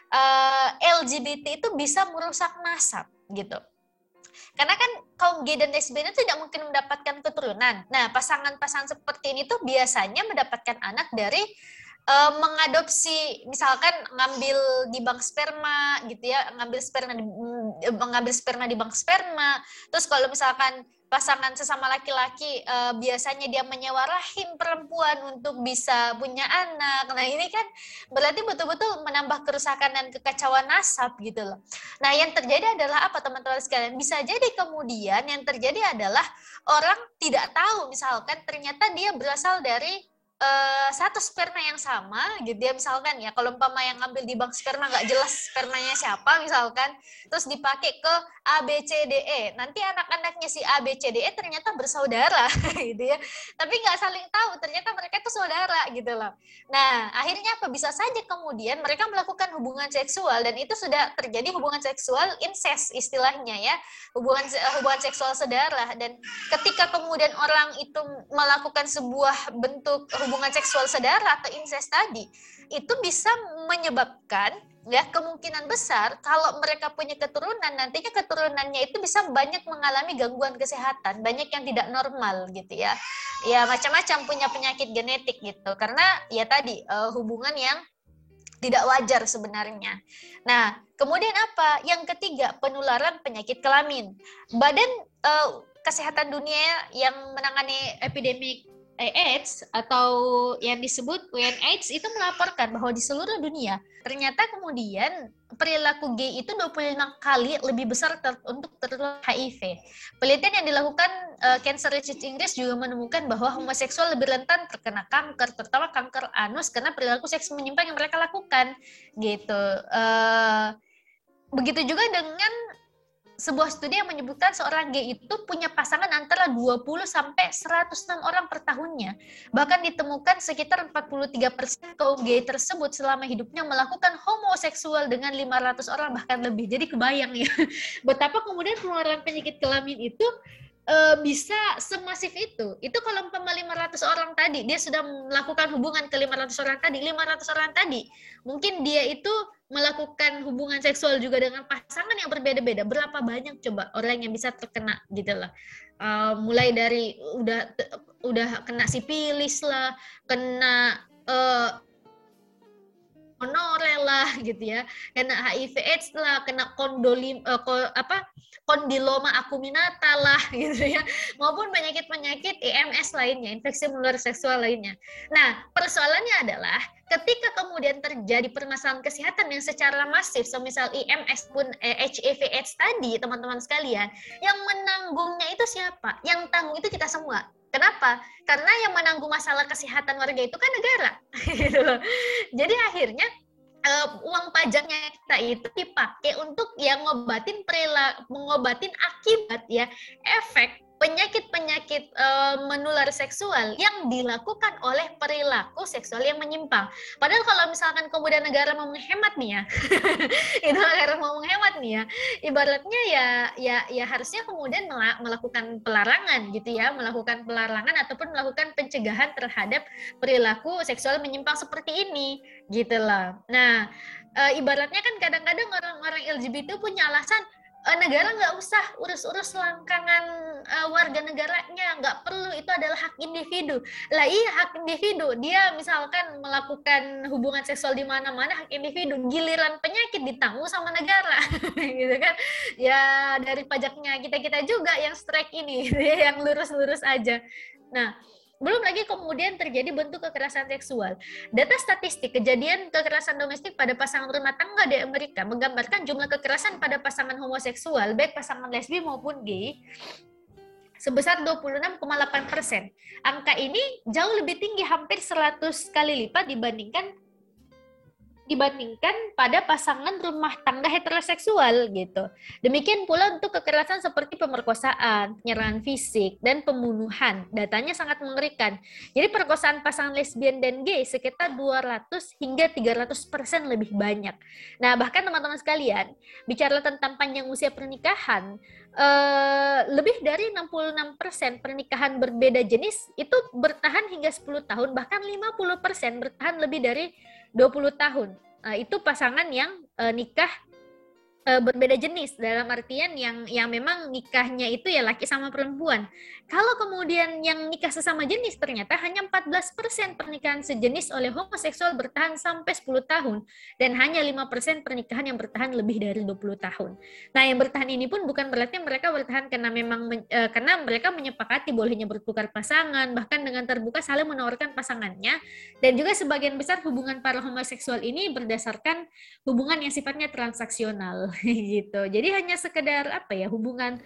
Uh, L G B T itu bisa merusak nasab gitu. Karena kan kaum gay dan lesbian itu tidak mungkin mendapatkan keturunan. Nah, pasangan-pasangan seperti ini tuh biasanya mendapatkan anak dari uh, mengadopsi, misalkan ngambil di bank sperma gitu ya, ngambil sperma di, mengambil sperma di bank sperma. Terus kalau misalkan pasangan sesama laki-laki uh, biasanya dia menyewa rahim perempuan untuk bisa punya anak. Nah, ini kan berarti betul-betul menambah kerusakan dan kekacauan nasab gitu loh. Nah, yang terjadi adalah apa teman-teman sekalian? Bisa jadi kemudian yang terjadi adalah orang tidak tahu misalkan ternyata dia berasal dari Uh, satu sperma yang sama gitu ya, misalkan ya kalau umpama yang ngambil di bank sperma nggak jelas spermanya siapa misalkan, terus dipakai ke A B C D E, nanti anak-anaknya si A B C D E ternyata bersaudara gitu ya, tapi nggak saling tahu ternyata mereka itu saudara gitu loh. Nah, akhirnya apa, bisa saja kemudian mereka melakukan hubungan seksual dan itu sudah terjadi hubungan seksual incest istilahnya ya, hubungan hubungan seksual saudara. Dan ketika kemudian orang itu melakukan sebuah bentuk hubungan seksual saudara atau incest tadi, itu bisa menyebabkan ya kemungkinan besar kalau mereka punya keturunan, nantinya keturunannya itu bisa banyak mengalami gangguan kesehatan, banyak yang tidak normal gitu ya. Ya macam-macam, punya penyakit genetik gitu. Karena ya tadi uh, hubungan yang tidak wajar sebenarnya. Nah, kemudian apa? Yang ketiga, penularan penyakit kelamin. Badan uh, Kesehatan Dunia yang menangani epidemi AIDS atau yang disebut U N AIDS itu melaporkan bahwa di seluruh dunia ternyata kemudian perilaku gay itu dua puluh lima kali lebih besar ter- untuk tertular H I V. Penelitian yang dilakukan uh, Cancer Research Inggris juga menemukan bahwa homoseksual lebih rentan terkena kanker, terutama kanker anus karena perilaku seks menyimpang yang mereka lakukan gitu. Uh, begitu juga dengan sebuah studi yang menyebutkan seorang gay itu punya pasangan antara dua puluh sampai seratus enam orang per tahunnya. Bahkan ditemukan sekitar empat puluh tiga persen kaum gay tersebut selama hidupnya melakukan homoseksual dengan lima ratus orang bahkan lebih. Jadi kebayang ya, betapa kemudian penularan penyakit kelamin itu uh, bisa semasif itu. Itu kalau umpama lima ratus orang tadi, dia sudah melakukan hubungan ke lima ratus orang tadi, lima ratus orang tadi, mungkin dia itu melakukan hubungan seksual juga dengan pasangan yang berbeda-beda. Berapa banyak coba orang yang bisa terkena gitu lah. Uh, mulai dari udah udah kena sipilis lah, kena uh, gonorrhea lah gitu ya, kena H I V AIDS lah, kena kondolim uh, ko, apa kondiloma acuminata lah gitu ya, maupun penyakit-penyakit I M S lainnya, infeksi menular seksual lainnya. Nah, persoalannya adalah ketika kemudian terjadi permasalahan kesehatan yang secara masif, semisal I M S pun eh, H I V AIDS tadi, teman-teman sekalian, yang menanggungnya itu siapa? Yang tanggung itu kita semua. Kenapa? Karena yang menanggung masalah kesehatan warga itu kan negara. Jadi akhirnya uh, uang pajaknya kita itu dipakai untuk yang ngobatin perilaku, mengobatin akibat ya efek penyakit-penyakit uh, menular seksual yang dilakukan oleh perilaku seksual yang menyimpang. Padahal kalau misalkan kemudian negara mau menghemat nih ya, itu negara mau menghemat nih ya, ibaratnya ya ya ya harusnya kemudian melakukan pelarangan gitu ya, melakukan pelarangan ataupun melakukan pencegahan terhadap perilaku seksual menyimpang seperti ini gitu loh. Nah, e, ibaratnya kan kadang-kadang orang-orang L G B T punya alasan, negara nggak usah urus-urus selangkangan uh, warga negaranya, nggak perlu, itu adalah hak individu. Lah iya, hak individu, dia misalkan melakukan hubungan seksual di mana-mana, hak individu, giliran penyakit ditanggung sama negara gitu kan ya, dari pajaknya kita-kita juga yang strike ini yang lurus-lurus aja. Nah, belum lagi kemudian terjadi bentuk kekerasan seksual. Data statistik kejadian kekerasan domestik pada pasangan rumah tangga di Amerika menggambarkan jumlah kekerasan pada pasangan homoseksual, baik pasangan lesbi maupun gay, sebesar dua puluh enam koma delapan persen. Angka ini jauh lebih tinggi, hampir seratus kali lipat dibandingkan dibandingkan pada pasangan rumah tangga heteroseksual gitu. Demikian pula untuk kekerasan seperti pemerkosaan, penyerangan fisik, dan pembunuhan. Datanya sangat mengerikan. Jadi perkosaan pasangan lesbian dan gay sekitar dua ratus hingga tiga ratus persen lebih banyak. Nah, bahkan teman-teman sekalian, bicara tentang panjang usia pernikahan, eh, lebih dari enam puluh enam persen pernikahan berbeda jenis itu bertahan hingga sepuluh tahun, bahkan lima puluh persen bertahan lebih dari dua puluh tahun. Uh, itu pasangan yang uh, nikah uh, berbeda jenis, dalam artian yang yang memang nikahnya itu ya laki sama perempuan. Kalau kemudian yang nikah sesama jenis ternyata hanya empat belas persen pernikahan sejenis oleh homoseksual bertahan sampai sepuluh tahun, dan hanya lima persen pernikahan yang bertahan lebih dari dua puluh tahun. Nah, yang bertahan ini pun bukan berarti mereka bertahan karena memang uh, karena mereka menyepakati bolehnya bertukar pasangan, bahkan dengan terbuka saling menawarkan pasangannya. Dan juga sebagian besar hubungan para homoseksual ini berdasarkan hubungan yang sifatnya transaksional gitu. Jadi hanya sekedar apa ya, hubungan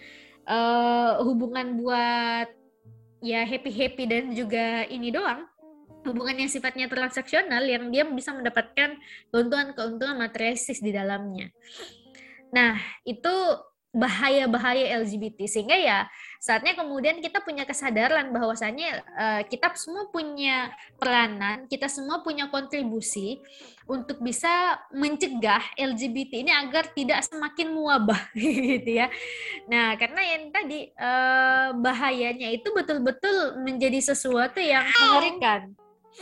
uh, hubungan buat ya happy-happy dan juga ini doang. Hubungan yang sifatnya transaksional yang dia bisa mendapatkan keuntungan-keuntungan materialistis di dalamnya. Nah, itu bahaya-bahaya L G B T, sehingga ya saatnya kemudian kita punya kesadaran bahwasannya uh, kita semua punya peranan, kita semua punya kontribusi untuk bisa mencegah L G B T ini agar tidak semakin mewabah gitu ya. Nah, karena yang tadi uh, bahayanya itu betul-betul menjadi sesuatu yang mengerikan.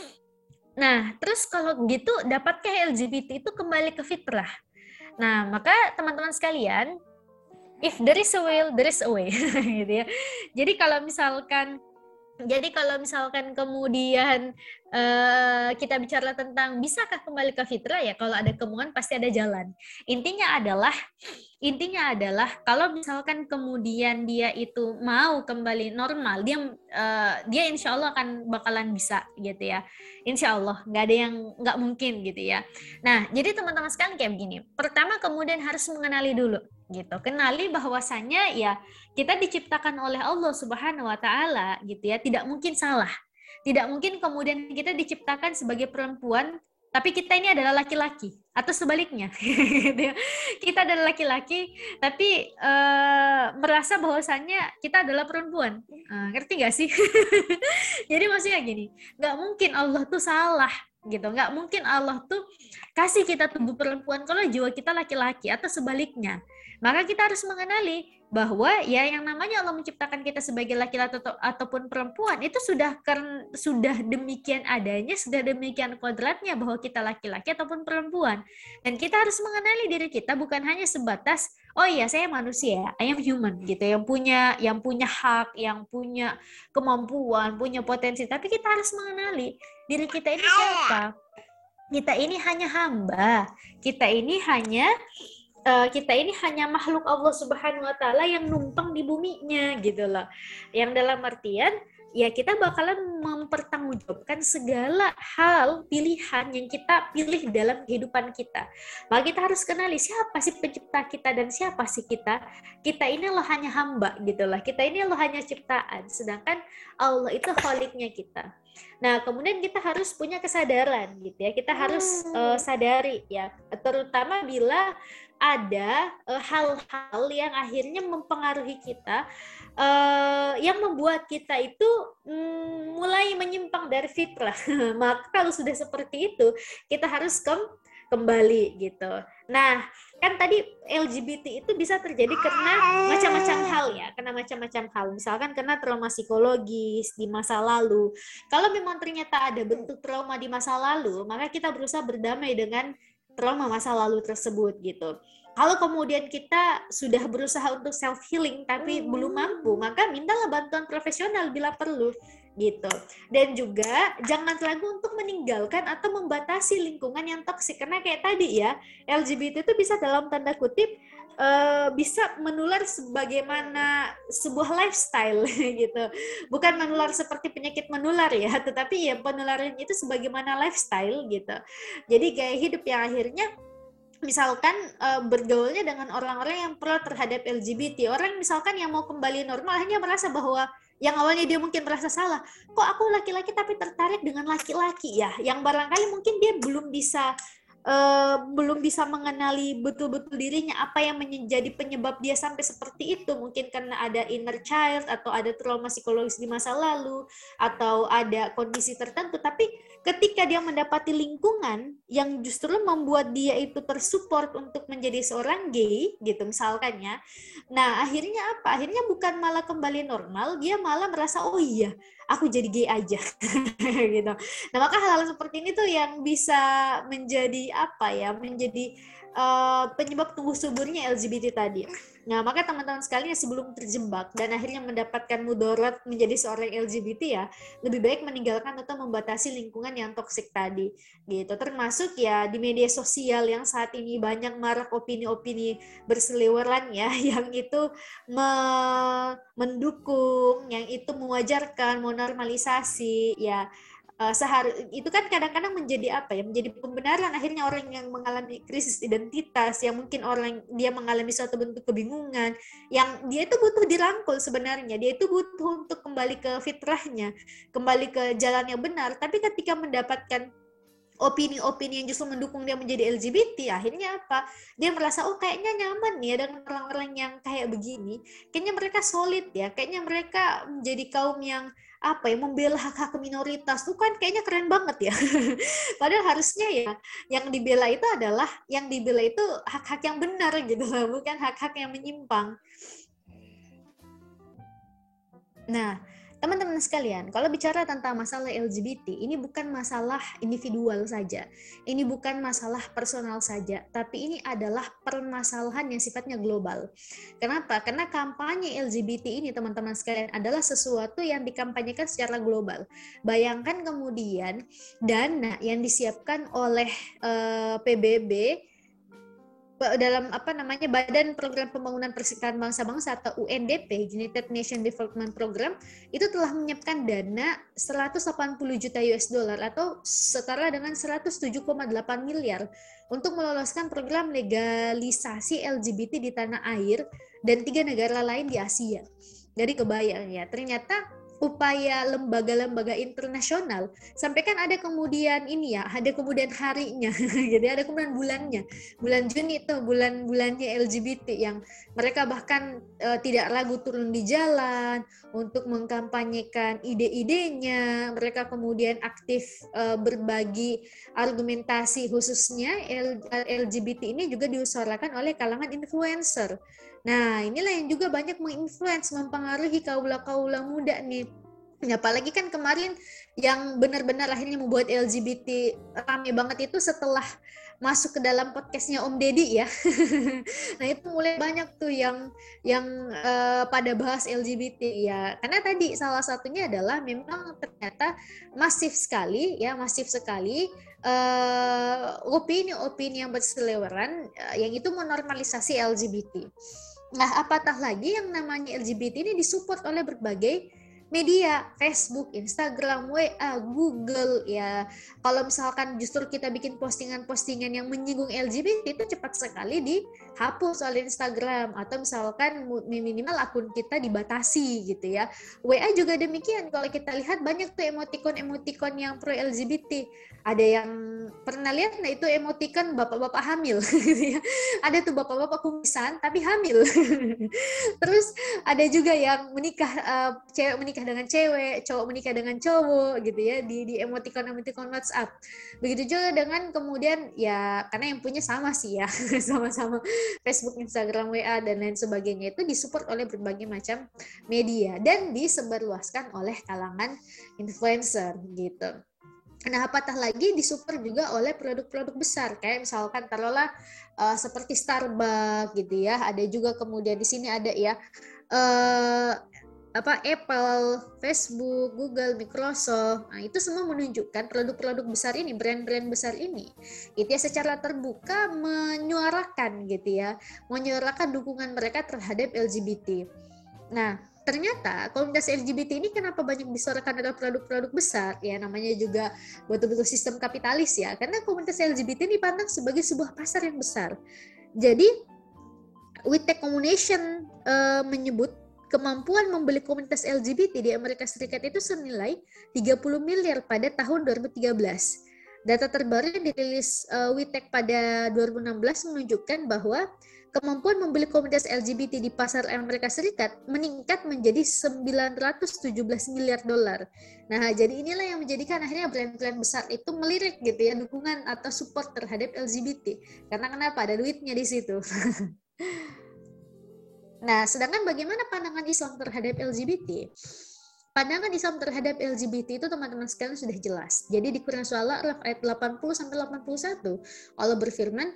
Nah, terus kalau gitu dapatkah L G B T itu kembali ke fitrah? Nah, maka teman-teman sekalian, if there is a will, there is a way, gitu ya. Jadi kalau misalkan, jadi kalau misalkan kemudian uh, kita bicara tentang bisakah kembali ke fitrah, ya kalau ada kemauan pasti ada jalan. Intinya adalah, intinya adalah kalau misalkan kemudian dia itu mau kembali normal, dia uh, dia insya Allah akan bakalan bisa gitu ya. Insya Allah, nggak ada yang nggak mungkin gitu ya. Nah, jadi teman-teman sekalian kayak begini. Pertama kemudian harus mengenali dulu gitu. Kenali bahwasannya ya kita diciptakan oleh Allah Subhanahu wa taala gitu ya, tidak mungkin salah. Tidak mungkin kemudian kita diciptakan sebagai perempuan tapi kita ini adalah laki-laki, atau sebaliknya. Kita adalah laki-laki tapi uh, merasa bahwasannya kita adalah perempuan. Uh, ngerti gak sih? Jadi maksudnya gini, nggak mungkin Allah tuh salah gitu, nggak mungkin Allah tuh kasih kita tubuh perempuan kalau jiwa kita laki-laki, atau sebaliknya. Maka kita harus mengenali bahwa ya yang namanya Allah menciptakan kita sebagai laki-laki atau, ataupun perempuan itu sudah kern, sudah demikian adanya, sudah demikian kodratnya bahwa kita laki-laki ataupun perempuan. Dan kita harus mengenali diri kita bukan hanya sebatas oh iya saya manusia, I am human gitu, yang punya yang punya hak, yang punya kemampuan, punya potensi, tapi kita harus mengenali diri kita ini siapa. Kita ini hanya hamba. Kita ini hanya Uh, kita ini hanya makhluk Allah Subhanahu wa taala yang numpang di buminya gitu loh. Yang dalam artian ya kita bakalan mempertanggungjawabkan segala hal pilihan yang kita pilih dalam kehidupan kita. Maka kita harus kenali siapa sih pencipta kita dan siapa sih kita. Kita ini loh hanya hamba gitu lah. Kita ini loh hanya ciptaan, sedangkan Allah itu khaliknya kita. Nah, kemudian kita harus punya kesadaran gitu ya. Kita harus uh, sadari ya, terutama bila ada uh, hal-hal yang akhirnya mempengaruhi kita, uh, yang membuat kita itu um, mulai menyimpang dari fitrah. Maka kalau sudah seperti itu, kita harus kem- kembali gitu. Nah, kan tadi L G B T itu bisa terjadi karena macam-macam hal ya, karena macam-macam hal. Misalkan karena trauma psikologis di masa lalu. Kalau memang ternyata ada bentuk trauma di masa lalu, maka kita berusaha berdamai dengan trauma masa lalu tersebut gitu. Kalau kemudian kita sudah berusaha untuk self healing tapi belum mampu, maka mintalah bantuan profesional bila perlu gitu. Dan juga jangan ragu untuk meninggalkan atau membatasi lingkungan yang toksik, karena kayak tadi ya, L G B T itu bisa dalam tanda kutip uh, bisa menular sebagaimana sebuah lifestyle gitu. Bukan menular seperti penyakit menular ya, tetapi ya penularan itu sebagaimana lifestyle gitu. Jadi gaya hidup yang akhirnya misalkan uh, bergaulnya dengan orang-orang yang pro terhadap L G B T. Orang misalkan yang mau kembali normal hanya merasa bahwa yang awalnya dia mungkin merasa salah, kok aku laki-laki tapi tertarik dengan laki-laki ya, yang barangkali mungkin dia belum bisa uh, belum bisa mengenali betul-betul dirinya, apa yang menjadi penyebab dia sampai seperti itu. Mungkin karena ada inner child, atau ada trauma psikologis di masa lalu, atau ada kondisi tertentu. Tapi ketika dia mendapati lingkungan yang justru membuat dia itu tersupport untuk menjadi seorang gay, gitu misalkan ya, nah akhirnya apa? Akhirnya bukan malah kembali normal, dia malah merasa, oh iya, aku jadi gay aja. Gitu. Nah, maka hal-hal seperti ini tuh yang bisa menjadi apa ya, menjadi uh, penyebab tumbuh suburnya L G B T tadi. Nah, maka teman-teman sekalian sebelum terjebak dan akhirnya mendapatkan mudarat menjadi seorang L G B T ya, lebih baik meninggalkan atau membatasi lingkungan yang toksik tadi. Gitu. Termasuk ya di media sosial yang saat ini banyak marak opini-opini berseliweran ya, yang itu me- mendukung, yang itu mewajarkan, menormalisasi ya. Uh, sehar itu kan kadang-kadang menjadi apa ya, menjadi pembenaran akhirnya orang yang mengalami krisis identitas, yang mungkin orang dia mengalami suatu bentuk kebingungan, yang dia itu butuh dirangkul sebenarnya, dia itu butuh untuk kembali ke fitrahnya, kembali ke jalan yang benar. Tapi ketika mendapatkan opini-opini yang justru mendukung dia menjadi L G B T, akhirnya apa? Dia merasa, oh kayaknya nyaman nih ya dengan orang-orang yang kayak begini. Kayaknya mereka solid ya, kayaknya mereka menjadi kaum yang apa ya, membela hak-hak minoritas tuh kan kayaknya keren banget ya. Padahal harusnya ya yang dibela itu adalah, yang dibela itu hak-hak yang benar gitu loh, bukan hak-hak yang menyimpang. Nah, teman-teman sekalian, kalau bicara tentang masalah L G B T, ini bukan masalah individual saja. Ini bukan masalah personal saja, tapi ini adalah permasalahan yang sifatnya global. Kenapa? Karena kampanye L G B T ini, teman-teman sekalian, adalah sesuatu yang dikampanyekan secara global. Bayangkan kemudian dana yang disiapkan oleh uh, P B B dalam apa namanya Badan Program Pembangunan Perserikatan Bangsa-Bangsa atau U N D P, United Nations Development Program, itu telah menyiapkan dana seratus delapan puluh juta U S dollar atau setara dengan seratus tujuh koma delapan miliar untuk meloloskan program legalisasi L G B T di tanah air dan tiga negara lain di Asia. Dari kebayang ya, ternyata upaya lembaga-lembaga internasional sampai kan ada kemudian ini ya, ada kemudian harinya jadi ada kemudian bulannya, bulan Juni itu bulan-bulannya L G B T yang mereka bahkan uh, tidak ragu turun di jalan untuk mengkampanyekan ide-idenya. Mereka kemudian aktif uh, berbagi argumentasi, khususnya L G B T ini juga diusahakan oleh kalangan influencer. Nah, inilah yang juga banyak menginfluence, mempengaruhi kaula-kaula muda nih. Nah, apalagi kan kemarin yang benar-benar akhirnya membuat L G B T rame banget itu setelah masuk ke dalam podcastnya Om Deddy ya. Nah, itu mulai banyak tuh yang yang uh, pada bahas L G B T ya. Karena tadi salah satunya adalah memang ternyata masif sekali ya, masif sekali uh, opini-opini yang berseliweran uh, yang itu menormalisasi L G B T. Nah, apatah lagi yang namanya L G B T ini disupport oleh berbagai media, Facebook, Instagram, W A, Google ya. Kalau misalkan justru kita bikin postingan-postingan yang menyinggung L G B T itu cepat sekali dihapus oleh Instagram, atau misalkan minimal akun kita dibatasi gitu ya. W A juga demikian, kalau kita lihat banyak tuh emotikon-emotikon yang pro L G B T. Ada yang pernah lihat, nah itu emotikon bapak-bapak hamil gitu ya. Ada tuh bapak-bapak kumisan tapi hamil. Terus ada juga yang menikah, uh, cewek menikah dengan cewek, cowok menikah dengan cowok gitu ya, di di emotikon-emotikon WhatsApp. Begitu juga dengan kemudian ya, karena yang punya sama sih ya, sama-sama Facebook, Instagram, W A dan lain sebagainya, itu disupport oleh berbagai macam media dan disebarluaskan oleh kalangan influencer gitu. Nah, apatah lagi disupport juga oleh produk-produk besar, kayak misalkan taruhlah uh, seperti Starbucks gitu ya. Ada juga kemudian di sini ada ya uh, apa Apple, Facebook, Google, Microsoft. Nah, itu semua menunjukkan produk-produk besar ini, brand-brand besar ini, itu ya secara terbuka menyuarakan gitu ya, menyuarakan dukungan mereka terhadap L G B T. Nah, ternyata komunitas L G B T ini kenapa banyak disuarakan adalah produk-produk besar ya, namanya juga betul-betul sistem kapitalis ya, karena komunitas L G B T ini dipandang sebagai sebuah pasar yang besar. Jadi Wittek Communication uh, menyebut kemampuan membeli komunitas L G B T di Amerika Serikat itu senilai tiga puluh miliar pada tahun dua ribu tiga belas. Data terbaru yang dirilis uh, WITEC pada dua ribu enam belas menunjukkan bahwa kemampuan membeli komunitas L G B T di pasar Amerika Serikat meningkat menjadi sembilan ratus tujuh belas miliar dolar. Nah, jadi inilah yang menjadikan akhirnya brand-brand besar itu melirik gitu ya dukungan atau support terhadap L G B T. Karena kenapa? Ada duitnya di situ. Nah, sedangkan bagaimana pandangan Islam terhadap L G B T? Pandangan Islam terhadap L G B T itu teman-teman sekalian sudah jelas. Jadi di Quran Surah Al-A'raf ayat delapan puluh sampai delapan puluh satu Allah berfirman,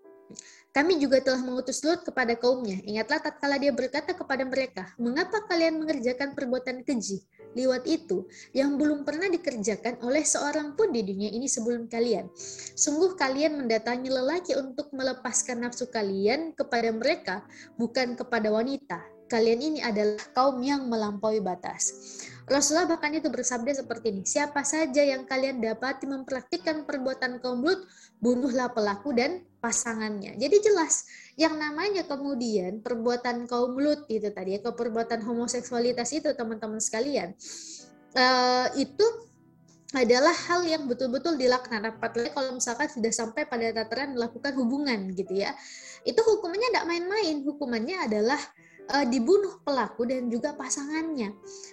kami juga telah mengutus Lut kepada kaumnya. Ingatlah tatkala dia berkata kepada mereka, mengapa kalian mengerjakan perbuatan keji liwat itu yang belum pernah dikerjakan oleh seorang pun di dunia ini sebelum kalian. Sungguh kalian mendatangi lelaki untuk melepaskan nafsu kalian kepada mereka, bukan kepada wanita. Kalian ini adalah kaum yang melampaui batas. Rasulullah bahkan itu bersabda seperti ini, siapa saja yang kalian dapati mempraktikkan perbuatan kaum Lut, bunuhlah pelaku dan pasangannya. Jadi jelas, yang namanya kemudian perbuatan kaum Lut itu tadi ya, perbuatan homoseksualitas itu teman-teman sekalian, uh, itu adalah hal yang betul-betul dilaknat. Apalagi kalau misalkan sudah sampai pada tataran melakukan hubungan gitu ya, itu hukumannya tidak main-main. Hukumannya adalah Uh, dibunuh pelaku dan juga pasangannya.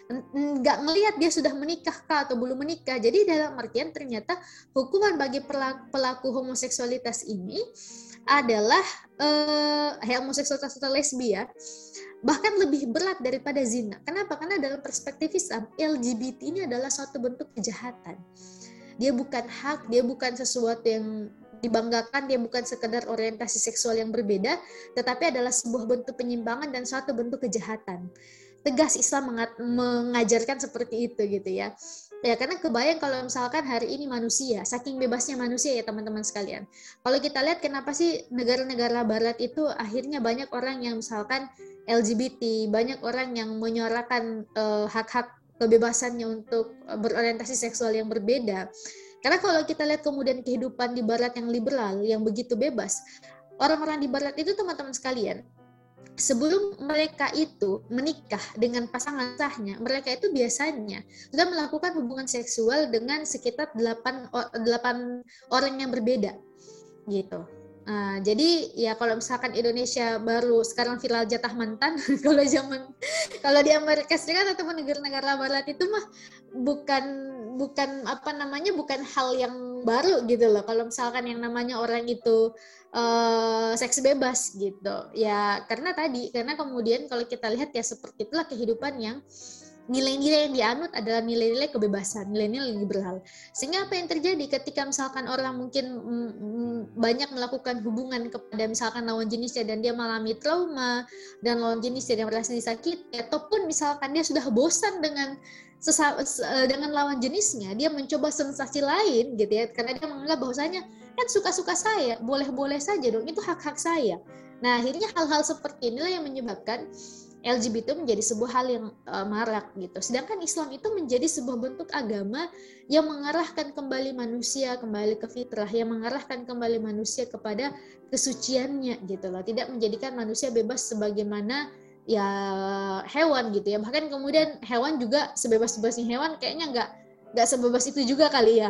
Nggak ngelihat dia sudah menikah kah atau belum menikah. Jadi dalam artian ternyata hukuman bagi pelaku, pelaku homoseksualitas ini adalah uh, homoseksualitas atau lesbi ya, bahkan lebih berat daripada zina. Kenapa? Karena dalam perspektif Islam, L G B T ini adalah suatu bentuk kejahatan. Dia bukan hak, dia bukan sesuatu yang dibanggakan, dia bukan sekedar orientasi seksual yang berbeda, tetapi adalah sebuah bentuk penyimpangan dan suatu bentuk kejahatan. Tegas Islam mengajarkan seperti itu gitu ya. Ya karena kebayang kalau misalkan hari ini manusia, saking bebasnya manusia ya teman-teman sekalian. Kalau kita lihat kenapa sih negara-negara barat itu akhirnya banyak orang yang misalkan L G B T, banyak orang yang menyuarakan uh, hak-hak kebebasannya untuk berorientasi seksual yang berbeda. Karena kalau kita lihat kemudian kehidupan di barat yang liberal, yang begitu bebas, orang-orang di barat itu teman-teman sekalian, sebelum mereka itu menikah dengan pasangan sahnya, mereka itu biasanya sudah melakukan hubungan seksual dengan sekitar delapan orang yang berbeda gitu. Nah, jadi ya kalau misalkan Indonesia baru sekarang viral jatah mantan, kalau zaman kalau di Amerika Serikat atau negara-negara barat itu mah bukan bukan apa namanya bukan hal yang baru gitu loh. Kalau misalkan yang namanya orang itu uh, seks bebas gitu. Ya karena tadi karena kemudian kalau kita lihat ya seperti itulah kehidupan yang nilai-nilai yang dianut adalah nilai-nilai kebebasan, nilai-nilai liberal. Sehingga apa yang terjadi ketika misalkan orang mungkin mm, banyak melakukan hubungan kepada misalkan lawan jenisnya dan dia mengalami trauma dan lawan jenisnya yang merasa disakiti, ataupun misalkan dia sudah bosan dengan sesa, dengan lawan jenisnya, dia mencoba sensasi lain gitu ya, karena dia menganggap bahwasanya kan suka-suka saya, boleh-boleh saja dong, itu hak-hak saya. Nah akhirnya hal-hal seperti inilah yang menyebabkan L G B T menjadi sebuah hal yang uh, marak gitu. Sedangkan Islam itu menjadi sebuah bentuk agama yang mengarahkan kembali manusia kembali ke fitrah, yang mengarahkan kembali manusia kepada kesuciannya gitu loh. Tidak menjadikan manusia bebas sebagaimana ya hewan gitu ya. Bahkan kemudian hewan juga sebebas-bebasnya hewan kayaknya nggak nggak sebebas itu juga kali ya.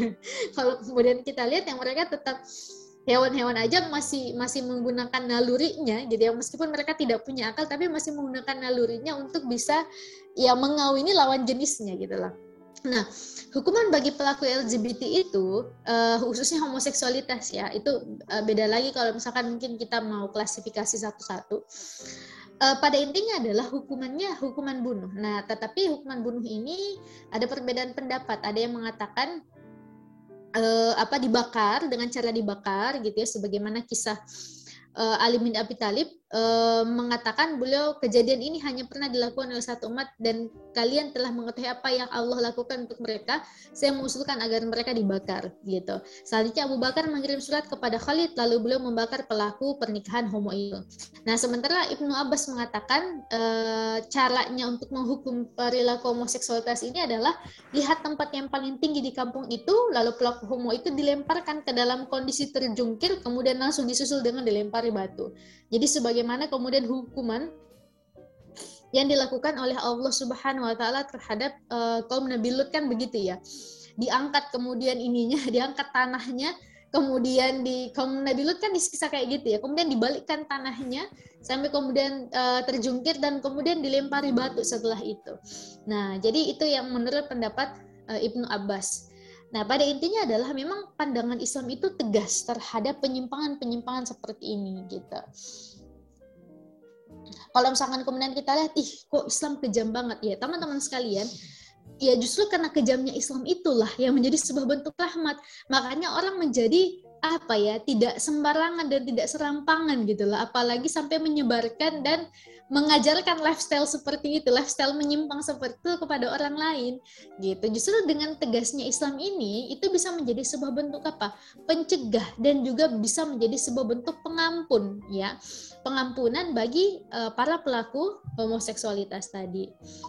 Kalau kemudian kita lihat yang mereka tetap hewan-hewan aja masih masih menggunakan nalurinya gitu ya, meskipun mereka tidak punya akal tapi masih menggunakan nalurinya untuk bisa ya mengawini lawan jenisnya gitu lah. Nah, hukuman bagi pelaku L G B T itu uh, khususnya homoseksualitas ya, itu uh, beda lagi kalau misalkan mungkin kita mau klasifikasi satu-satu. Uh, pada intinya adalah hukumannya hukuman bunuh. Nah, tetapi hukuman bunuh ini ada perbedaan pendapat. Ada yang mengatakan Uh, apa dibakar dengan cara dibakar gitu ya, sebagaimana kisah uh, Ali bin Abi Thalib uh, mengatakan beliau kejadian ini hanya pernah dilakukan oleh satu umat dan kalian telah mengetahui apa yang Allah lakukan untuk mereka, saya mengusulkan agar mereka dibakar gitu. Selanjutnya Abu Bakar mengirim surat kepada Khalid, lalu beliau membakar pelaku pernikahan homo itu. Nah sementara Ibnu Abbas mengatakan uh, caranya untuk menghukum perilaku homoseksualitas ini adalah lihat tempat yang paling tinggi di kampung itu, lalu pelaku homo itu dilemparkan ke dalam kondisi terjungkir, kemudian langsung disusul dengan dilempari batu. Jadi sebagaimana kemudian hukuman yang dilakukan oleh Allah Subhanahu wa taala terhadap uh, kaum Nabi Lut kan begitu ya. diangkat kemudian ininya, diangkat tanahnya, kemudian di kaum Nabi Lut kan disiksa kayak gitu ya, kemudian dibalikkan tanahnya sampai kemudian uh, terjungkir dan kemudian dilempari batu setelah itu. Nah, jadi itu yang menurut pendapat uh, Ibnu Abbas. Nah, pada intinya adalah memang pandangan Islam itu tegas terhadap penyimpangan-penyimpangan seperti ini gitu. Kalau misalkan kemudian kita lihat, ih kok Islam kejam banget ya, teman-teman sekalian, ya justru karena kejamnya Islam itulah yang menjadi sebuah bentuk rahmat. Makanya orang menjadi apa ya, tidak sembarangan dan tidak serampangan gitu lah, apalagi sampai menyebarkan dan mengajarkan lifestyle seperti itu, lifestyle menyimpang seperti itu kepada orang lain gitu. Justru dengan tegasnya Islam ini, itu bisa menjadi sebuah bentuk apa? Pencegah, dan juga bisa menjadi sebuah bentuk pengampun ya, pengampunan bagi uh, para pelaku homoseksualitas tadi.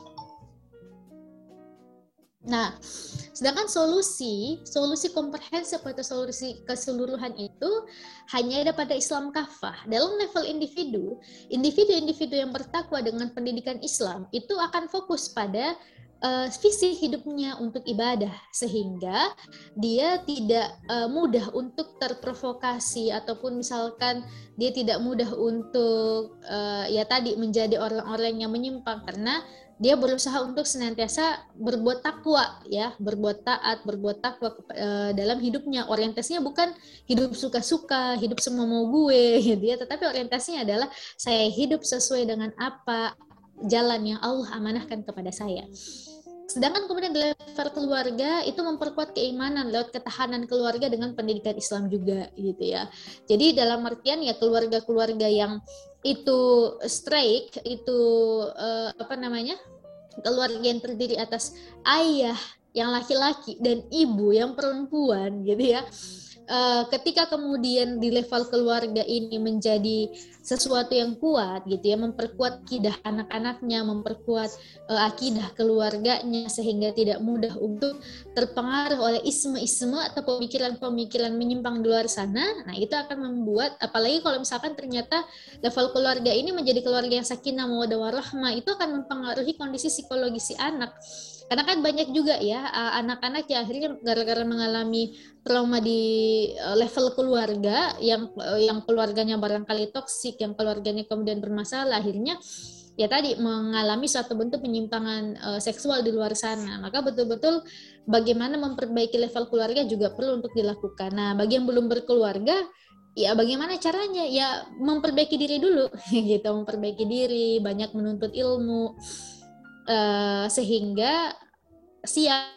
Nah, sedangkan solusi, solusi komprehensif atau solusi keseluruhan itu hanya ada pada Islam kafah. Dalam level individu, individu-individu yang bertakwa dengan pendidikan Islam itu akan fokus pada uh, visi hidupnya untuk ibadah, sehingga dia tidak uh, mudah untuk terprovokasi, ataupun misalkan dia tidak mudah untuk uh, ya tadi menjadi orang-orang yang menyimpang, karena dia berusaha untuk senantiasa berbuat takwa ya, berbuat taat, berbuat takwa e, dalam hidupnya. Orientasinya bukan hidup suka-suka, hidup semua mau gue gitu ya, tetapi orientasinya adalah saya hidup sesuai dengan apa jalan yang Allah amanahkan kepada saya. Sedangkan kemudian di level keluarga itu memperkuat keimanan lewat ketahanan keluarga dengan pendidikan Islam juga gitu ya. Jadi dalam artian ya keluarga-keluarga yang itu strike, itu uh, apa namanya, keluarga yang terdiri atas ayah yang laki-laki dan ibu yang perempuan gitu ya. Uh, ketika kemudian di level keluarga ini menjadi sesuatu yang kuat gitu ya, memperkuat akidah anak-anaknya, memperkuat uh, akidah keluarganya, sehingga tidak mudah untuk terpengaruh oleh isme-isme atau pemikiran-pemikiran menyimpang di luar sana. Nah, itu akan membuat, apalagi kalau misalkan ternyata level keluarga ini menjadi keluarga yang sakinah mawaddah warahmah, itu akan mempengaruhi kondisi psikologis si anak. Karena kan banyak juga ya anak-anak yang akhirnya gara-gara mengalami trauma di level keluarga yang yang keluarganya barangkali toksik, yang keluarganya kemudian bermasalah, akhirnya ya tadi mengalami suatu bentuk penyimpangan uh, seksual di luar sana. Maka betul-betul bagaimana memperbaiki level keluarga juga perlu untuk dilakukan. Nah, bagi yang belum berkeluarga, ya bagaimana caranya? Ya memperbaiki diri dulu gitu, memperbaiki diri, banyak menuntut ilmu. Uh, sehingga siap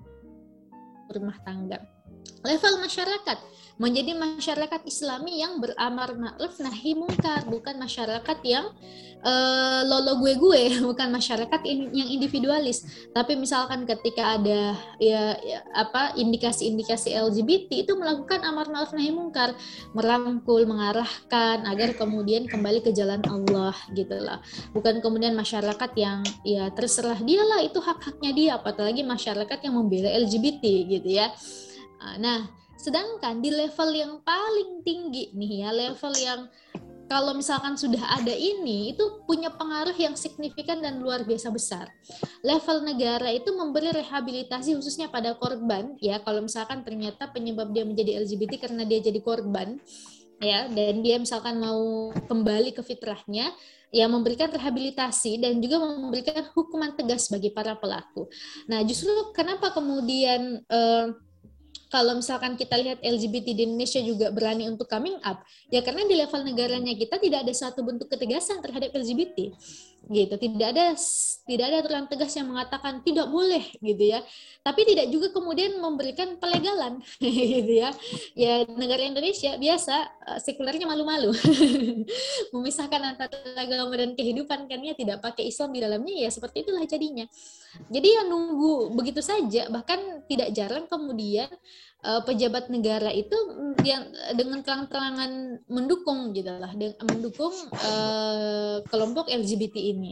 rumah tangga. Level masyarakat menjadi masyarakat Islami yang beramar ma'ruf nahi mungkar, bukan masyarakat yang uh, lolo gue-gue, bukan masyarakat in, yang individualis. Tapi misalkan ketika ada ya, ya apa indikasi-indikasi L G B T, itu melakukan amar ma'ruf nahi mungkar, merangkul, mengarahkan agar kemudian kembali ke jalan Allah gitulah. Bukan kemudian masyarakat yang ya terserah dialah, itu hak-haknya dia, apalagi masyarakat yang membela L G B T gitu ya. Nah, sedangkan di level yang paling tinggi nih ya, level yang kalau misalkan sudah ada ini, itu punya pengaruh yang signifikan dan luar biasa besar. Level negara itu memberi rehabilitasi khususnya pada korban ya, kalau misalkan ternyata penyebab dia menjadi L G B T karena dia jadi korban ya, dan dia misalkan mau kembali ke fitrahnya, ya memberikan rehabilitasi dan juga memberikan hukuman tegas bagi para pelaku. Nah, justru kenapa kemudian eh, kalau misalkan kita lihat L G B T di Indonesia juga berani untuk coming up, ya karena di level negaranya kita tidak ada satu bentuk ketegasan terhadap L G B T, gitu. Tidak ada tidak ada aturan tegas yang mengatakan tidak boleh, gitu ya. Tapi tidak juga kemudian memberikan pelegalan, gitu ya. Ya negara Indonesia biasa sekulernya malu-malu, memisahkan antara agama dan kehidupan, kan ya, tidak pakai Islam di dalamnya, ya seperti itulah jadinya. Jadi ya nunggu begitu saja, bahkan tidak jarang kemudian Uh, pejabat negara itu yang dengan terang-terangan mendukung gitu lah, mendukung uh, kelompok L G B T ini.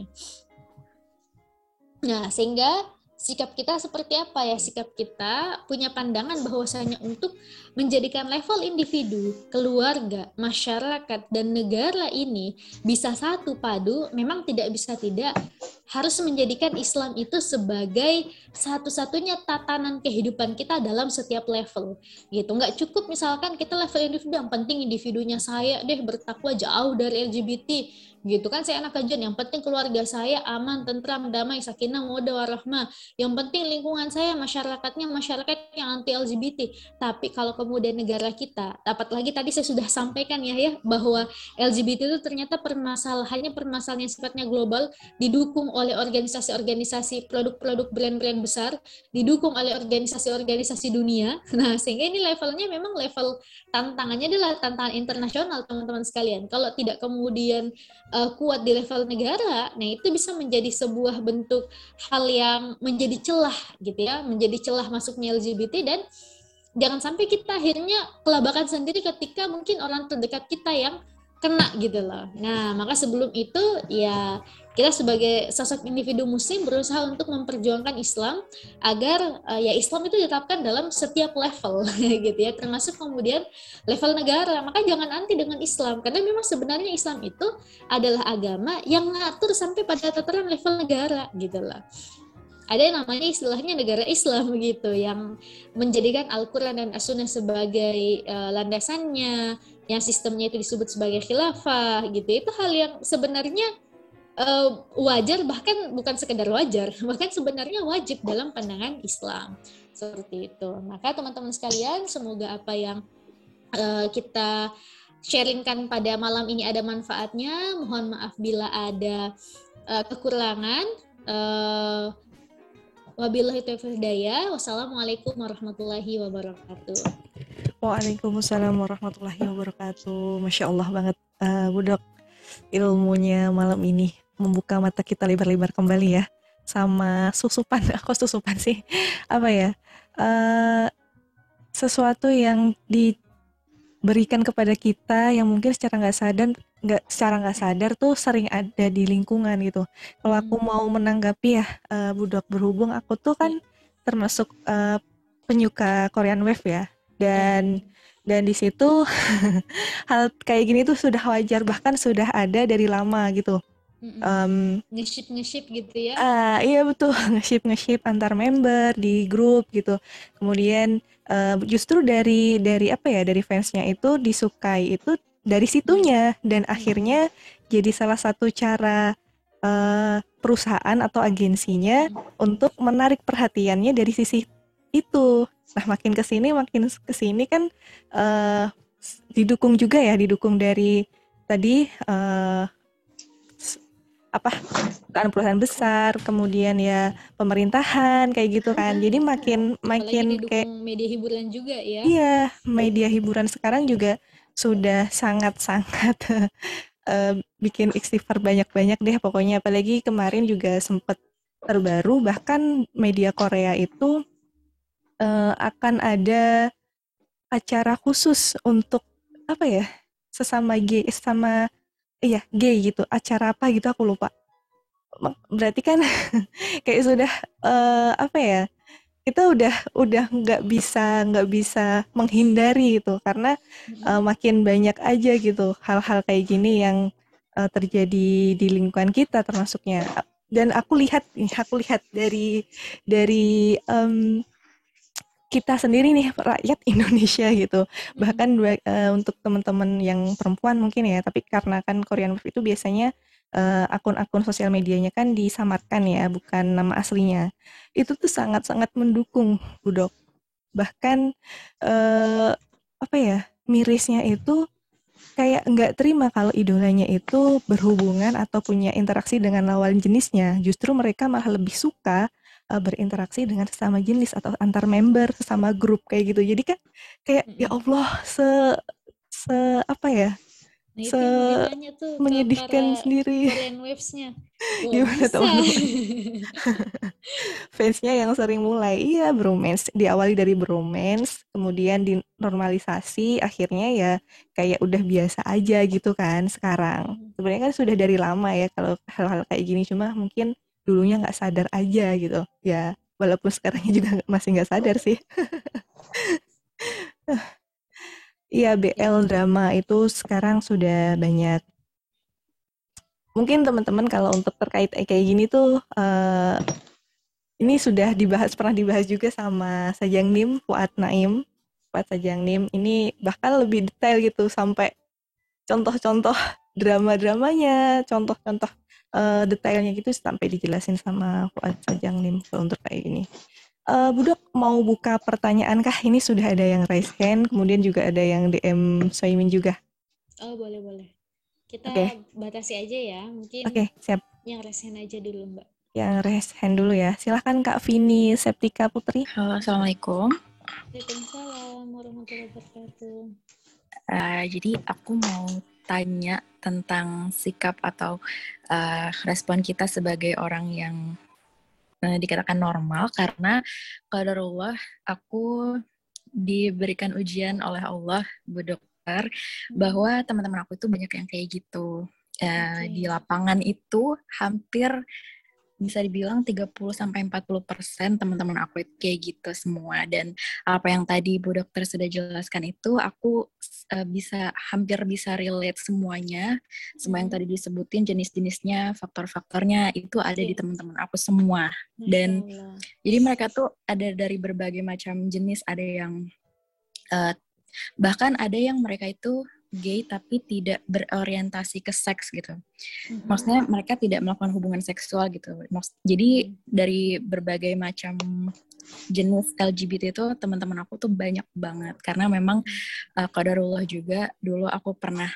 Nah, sehingga sikap kita seperti apa ya? Sikap kita punya pandangan bahwasanya untuk menjadikan level individu, keluarga, masyarakat, dan negara ini bisa satu padu, memang tidak bisa tidak harus menjadikan Islam itu sebagai satu-satunya tatanan kehidupan kita dalam setiap level gitu. Nggak cukup misalkan kita level individu, yang penting individunya saya deh bertakwa jauh dari L G B T gitu kan, saya anak kajian, yang penting keluarga saya aman, tentram, damai, sakinah, mawaddah warahmah, yang penting lingkungan saya masyarakatnya masyarakat yang anti L G B T. Tapi kalau kemudian negara kita, dapat lagi tadi saya sudah sampaikan ya ya bahwa L G B T itu ternyata permasalahannya permasalahan yang sifatnya global, didukung oleh organisasi-organisasi produk-produk brand-brand besar, didukung oleh organisasi-organisasi dunia. Nah, sehingga ini levelnya memang level tantangannya adalah tantangan internasional, teman-teman sekalian. Kalau tidak kemudian uh, kuat di level negara, nah itu bisa menjadi sebuah bentuk hal yang menjadi celah gitu ya, menjadi celah masuknya L G B T, dan jangan sampai kita akhirnya kelabakan sendiri ketika mungkin orang terdekat kita yang kena gitu loh. Nah, maka sebelum itu ya kita sebagai sosok individu muslim berusaha untuk memperjuangkan Islam agar uh, ya Islam itu ditetapkan dalam setiap level gitu ya, termasuk kemudian level negara. Maka jangan anti dengan Islam, karena memang sebenarnya Islam itu adalah agama yang ngatur sampai pada tataran level negara gitu loh. Ada yang namanya istilahnya negara Islam gitu, yang menjadikan Al-Quran dan As-Sunnah sebagai uh, landasannya, yang sistemnya itu disebut sebagai khilafah gitu. Itu hal yang sebenarnya uh, wajar, bahkan bukan sekedar wajar, bahkan sebenarnya wajib dalam pandangan Islam. Seperti itu. Maka teman-teman sekalian, semoga apa yang uh, kita sharingkan pada malam ini ada manfaatnya. Mohon maaf bila ada uh, kekurangan. Uh, Wabillahi taufiq hidayah. Wassalamualaikum warahmatullahi wabarakatuh. Waalaikumsalam warahmatullahi wabarakatuh. Masya Allah banget, uh, Bu Dok, ilmunya malam ini membuka mata kita lebar-lebar kembali ya. Sama susupan, aku susupan sih, apa ya, uh, sesuatu yang diberikan kepada kita yang mungkin secara nggak sadar nggak secara nggak sadar tuh sering ada di lingkungan gitu. Kalau aku mau menanggapi ya, uh, Bu Dok, berhubung aku tuh kan termasuk uh, penyuka Korean Wave ya, dan dan di situ hal kayak gini tuh sudah wajar, bahkan sudah ada dari lama gitu. Um, nge-ship nge-ship gitu ya. Uh, iya betul, nge-ship nge-ship antar member di grup gitu. Kemudian uh, justru dari dari apa ya, dari fansnya itu disukai itu dari situnya, dan akhirnya jadi salah satu cara uh, perusahaan atau agensinya untuk menarik perhatiannya dari sisi itu. Nah, makin kesini makin kesini kan uh, didukung juga ya, didukung dari tadi uh, apa perusahaan besar, kemudian ya pemerintahan kayak gitu kan. Jadi makin makin kayak media hiburan juga ya. Iya, media hiburan sekarang juga sudah sangat-sangat uh, bikin istighfar banyak-banyak deh pokoknya. Apalagi kemarin juga sempat terbaru, bahkan media Korea itu uh, akan ada acara khusus untuk apa ya, sesama gay, sama iya gay gitu. Acara apa gitu aku lupa. Berarti kan kayak sudah uh, apa ya, kita udah udah nggak bisa nggak bisa menghindari gitu, karena uh, makin banyak aja gitu hal-hal kayak gini yang uh, terjadi di lingkungan kita termasuknya. Dan aku lihat aku lihat dari dari um, kita sendiri nih, rakyat Indonesia gitu. Bahkan uh, untuk teman-teman yang perempuan mungkin ya, tapi karena kan Korean Wave itu biasanya uh, akun-akun sosial medianya kan disamarkan ya, bukan nama aslinya. Itu tuh sangat-sangat mendukung, Bu Dok. Bahkan uh, apa ya, mirisnya itu kayak nggak terima kalau idolanya itu berhubungan atau punya interaksi dengan lawan jenisnya. Justru mereka malah lebih suka uh, berinteraksi dengan sesama jenis atau antar member, sesama grup kayak gitu. Jadi kan kayak mm-hmm. ya Allah, se se apa ya? Nah, se tuh menyedihkan sendiri. Korean Waves-nya. Gimana teman-teman? Fansnya yang sering mulai, iya bromance, diawali dari bromance, kemudian dinormalisasi, akhirnya ya kayak udah biasa aja gitu kan sekarang. Sebenarnya kan sudah dari lama ya kalau hal-hal kayak gini, cuma mungkin dulunya nggak sadar aja gitu. Ya walaupun sekarangnya juga masih nggak sadar sih. Iya, B L drama itu sekarang sudah banyak mungkin teman-teman kalau untuk terkait kayak gini tuh uh, ini sudah dibahas, pernah dibahas juga sama Sajang Nim, Fuad Naim, Fuad Sajang Nim. Ini bahkan lebih detail gitu, sampai contoh-contoh drama-dramanya, contoh-contoh uh, detailnya gitu sampai dijelasin sama Fuad Sajang Nim kalau untuk kayak gini. Uh, Budok mau buka pertanyaan kah? Ini sudah ada yang raise hand, kemudian juga ada yang D M Soimin juga. Oh, boleh-boleh. Kita Oke. batasi aja ya, mungkin Oke, siap. yang raise hand aja dulu, Mbak. Yang raise hand dulu ya. Silahkan Kak Vini Septika Putri. Halo, Assalamualaikum. Waalaikumsalam warahmatullahi wabarakatuh. Uh, jadi aku mau tanya tentang sikap atau uh, respon kita sebagai orang yang uh, dikatakan normal, karena qadarullah aku diberikan ujian oleh Allah, Bu Dokter, bahwa teman-teman aku itu banyak yang kayak gitu. Uh, okay. Di lapangan itu hampir bisa dibilang tiga puluh sampai empat puluh persen teman-teman aku itu kayak gitu semua. Dan apa yang tadi Bu Dokter sudah jelaskan itu aku uh, bisa hampir bisa relate semuanya. Semua yang tadi disebutin, jenis-jenisnya, faktor-faktornya itu ada di teman-teman aku semua. Dan jadi mereka tuh ada dari berbagai macam jenis, ada yang uh, bahkan ada yang mereka itu gay tapi tidak berorientasi ke seks gitu. Mm-hmm. Maksudnya mereka tidak melakukan hubungan seksual gitu. Jadi mm-hmm. dari berbagai macam jenis L G B T itu teman-teman aku tuh banyak banget. Karena memang uh, qadarullah juga dulu aku pernah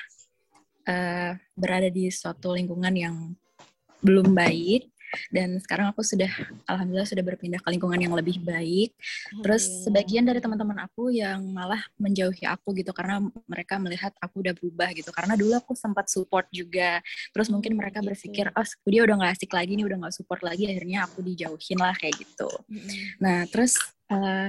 uh, berada di suatu lingkungan yang belum baik. Dan sekarang aku sudah, alhamdulillah sudah berpindah ke lingkungan yang lebih baik. Terus sebagian dari teman-teman aku yang malah menjauhi aku gitu, karena mereka melihat aku udah berubah gitu. Karena dulu aku sempat support juga. Terus mungkin mereka berpikir, oh dia udah gak asik lagi nih, udah gak support lagi. Akhirnya aku dijauhin lah kayak gitu. Nah terus, uh,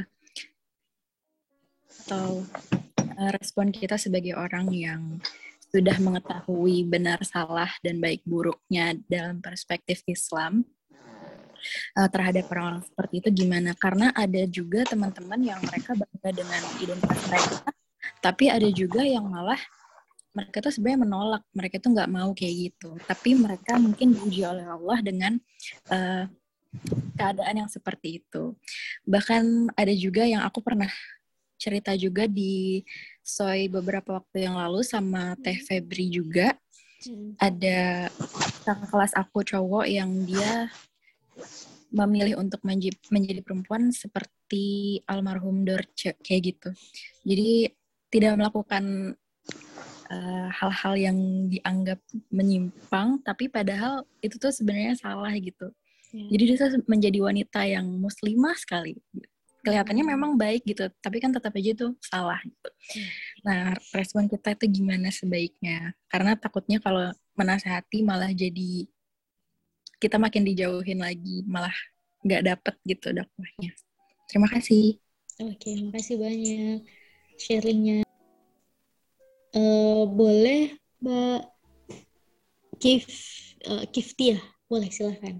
atau uh, respon kita sebagai orang yang sudah mengetahui benar salah dan baik buruknya dalam perspektif Islam uh, terhadap orang-orang seperti itu gimana? Karena ada juga teman-teman yang mereka bangga dengan identitas mereka, tapi ada juga yang malah mereka tuh sebenarnya menolak, mereka tuh nggak mau kayak gitu. Tapi mereka mungkin diuji oleh Allah dengan uh, keadaan yang seperti itu. Bahkan ada juga yang aku pernah cerita juga di Soy beberapa waktu yang lalu sama Teh Febri juga. Hmm. Ada kakak kelas aku cowok yang dia memilih untuk menjadi, menjadi perempuan seperti almarhum Dorce kayak gitu. Jadi tidak melakukan uh, hal-hal yang dianggap menyimpang, tapi padahal itu tuh sebenarnya salah gitu. Hmm. Jadi dia menjadi wanita yang muslimah sekali. Kelihatannya memang baik gitu, tapi kan tetap aja tuh salah gitu. Nah, respon kita itu gimana sebaiknya? Karena takutnya kalau menasehati malah jadi kita makin dijauhin lagi, malah nggak dapet gitu dakwahnya. Terima kasih. Oke, makasih banyak sharingnya. Uh, boleh Mbak Kif, uh, Kiftia, boleh silahkan.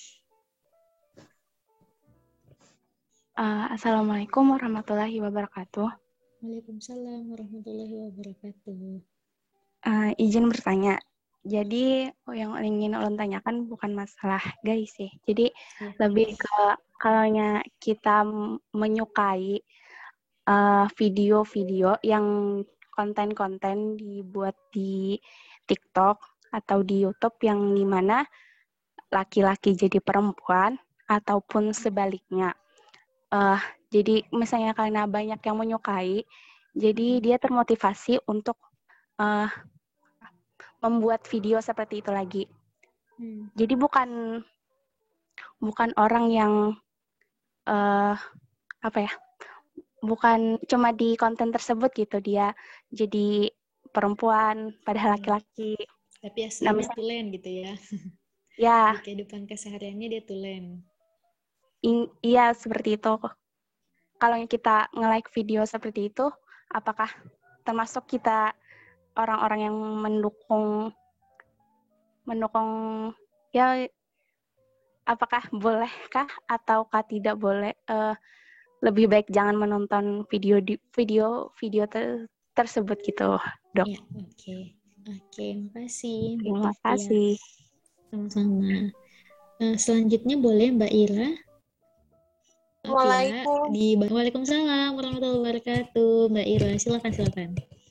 Uh, Assalamualaikum warahmatullahi wabarakatuh. Waalaikumsalam warahmatullahi wabarakatuh. Uh, izin bertanya. Jadi oh, yang ingin ulun tanyakan bukan masalah gay sih. Jadi ya. Lebih ke kalau kita menyukai uh, video-video yang konten-konten dibuat di TikTok atau di YouTube yang dimana laki-laki jadi perempuan ataupun sebaliknya. Uh, jadi misalnya karena banyak yang menyukai, jadi dia termotivasi untuk uh, membuat video seperti itu lagi. Hmm. Jadi bukan bukan orang yang uh, apa ya, bukan cuma di konten tersebut gitu dia jadi perempuan padahal laki-laki. Tapi aslinya nah, tulen gitu ya. Ya. Di kehidupan kesehariannya dia tulen. I- iya seperti itu. Kalau kita nge-like video seperti itu, apakah termasuk kita orang-orang yang mendukung mendukung ya? Apakah bolehkah ataukah tidak boleh? Uh, lebih baik jangan menonton video di video video ter- tersebut gitu, Dok. Ya, oke, okay. oke, okay, makasih. Terima kasih. Sama-sama. Uh, selanjutnya boleh Mbak Ira. Waalaikumsalam. Di Waalaikumsalam warahmatullahi wabarakatuh. Mbak Ira, silakan silakan.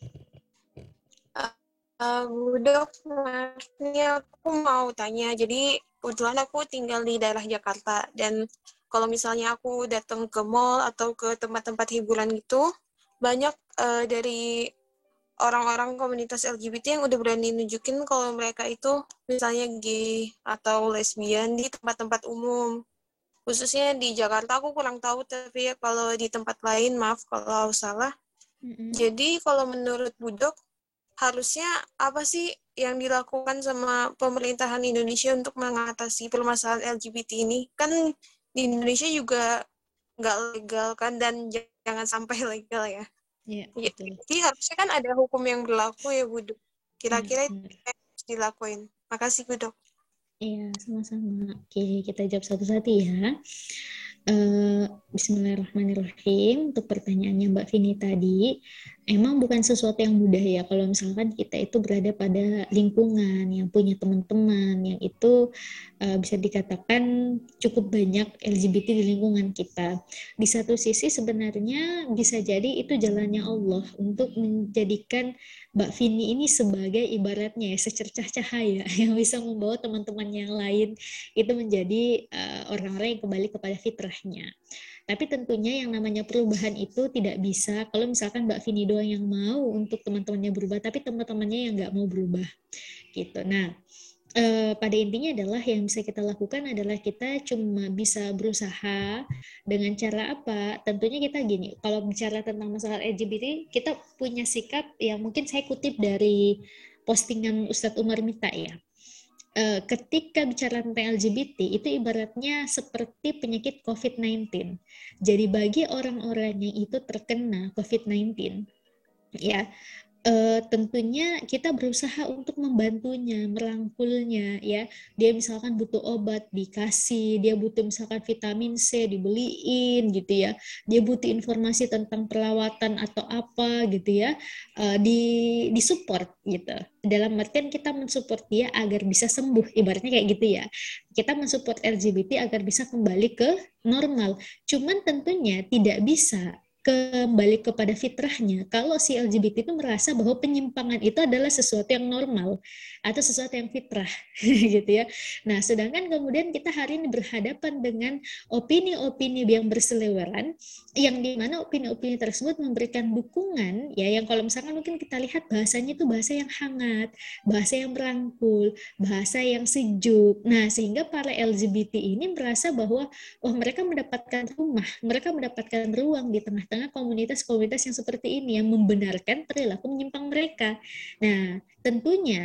Uh, Bu Dok, maksudnya aku mau tanya. Jadi kebetulan aku tinggal di daerah Jakarta dan kalau misalnya aku datang ke mall atau ke tempat-tempat hiburan gitu, banyak uh, dari orang-orang komunitas L G B T yang udah berani nunjukin kalau mereka itu misalnya gay atau lesbian di tempat-tempat umum. Khususnya di Jakarta aku kurang tahu, tapi ya kalau di tempat lain, maaf kalau salah. Mm-hmm. Jadi kalau menurut Budok, harusnya apa sih yang dilakukan sama pemerintahan Indonesia untuk mengatasi permasalahan L G B T ini? Kan di Indonesia juga nggak legal kan, dan jangan sampai legal ya. Yeah, ya jadi harusnya kan ada hukum yang berlaku ya Budok. Kira-kira itu yang harus dilakuin. Makasih Budok. Iya, sama-sama. Oke, kita jawab satu-satu ya. Uh, Bismillahirrahmanirrahim. Untuk pertanyaannya Mbak Vini tadi, emang bukan sesuatu yang mudah ya kalau misalkan kita itu berada pada lingkungan yang punya teman-teman yang itu uh, bisa dikatakan cukup banyak L G B T di lingkungan kita. Di satu sisi sebenarnya bisa jadi itu jalannya Allah untuk menjadikan Mbak Vini ini sebagai ibaratnya ya secercah cahaya yang bisa membawa teman-teman yang lain itu menjadi uh, orang-orang yang kembali kepada fitrahnya. Tapi tentunya yang namanya perubahan itu tidak bisa kalau misalkan Mbak Vini doang yang mau untuk teman-temannya berubah, tapi teman-temannya yang nggak mau berubah gitu. Nah, eh, pada intinya adalah yang bisa kita lakukan adalah kita cuma bisa berusaha dengan cara apa? Tentunya kita gini, kalau bicara tentang masalah L G B T, kita punya sikap yang mungkin saya kutip dari postingan Ustadz Umar Mita ya. Ketika bicara tentang L G B T itu ibaratnya seperti penyakit covid sembilan belas. Jadi bagi orang-orang yang itu terkena covid sembilan belas ya Uh, tentunya kita berusaha untuk membantunya, merangkulnya ya. Dia misalkan butuh obat dikasih, dia butuh misalkan vitamin C dibeliin gitu ya. Dia butuh informasi tentang perawatan atau apa gitu ya. Uh, di disupport gitu. Dalam artian kita mensupport dia agar bisa sembuh, ibaratnya kayak gitu ya. Kita mensupport L G B T agar bisa kembali ke normal. Cuman tentunya tidak bisa kembali kepada fitrahnya kalau si L G B T itu merasa bahwa penyimpangan itu adalah sesuatu yang normal atau sesuatu yang fitrah gitu ya. Nah, sedangkan kemudian kita hari ini berhadapan dengan opini-opini yang berseliweran yang dimana opini-opini tersebut memberikan dukungan ya, yang kalau misalkan mungkin kita lihat bahasanya itu bahasa yang hangat, bahasa yang merangkul, bahasa yang sejuk. Nah, sehingga para L G B T ini merasa bahwa oh mereka mendapatkan rumah, mereka mendapatkan ruang di tengah tengah komunitas-komunitas yang seperti ini yang membenarkan perilaku menyimpang mereka. Nah, tentunya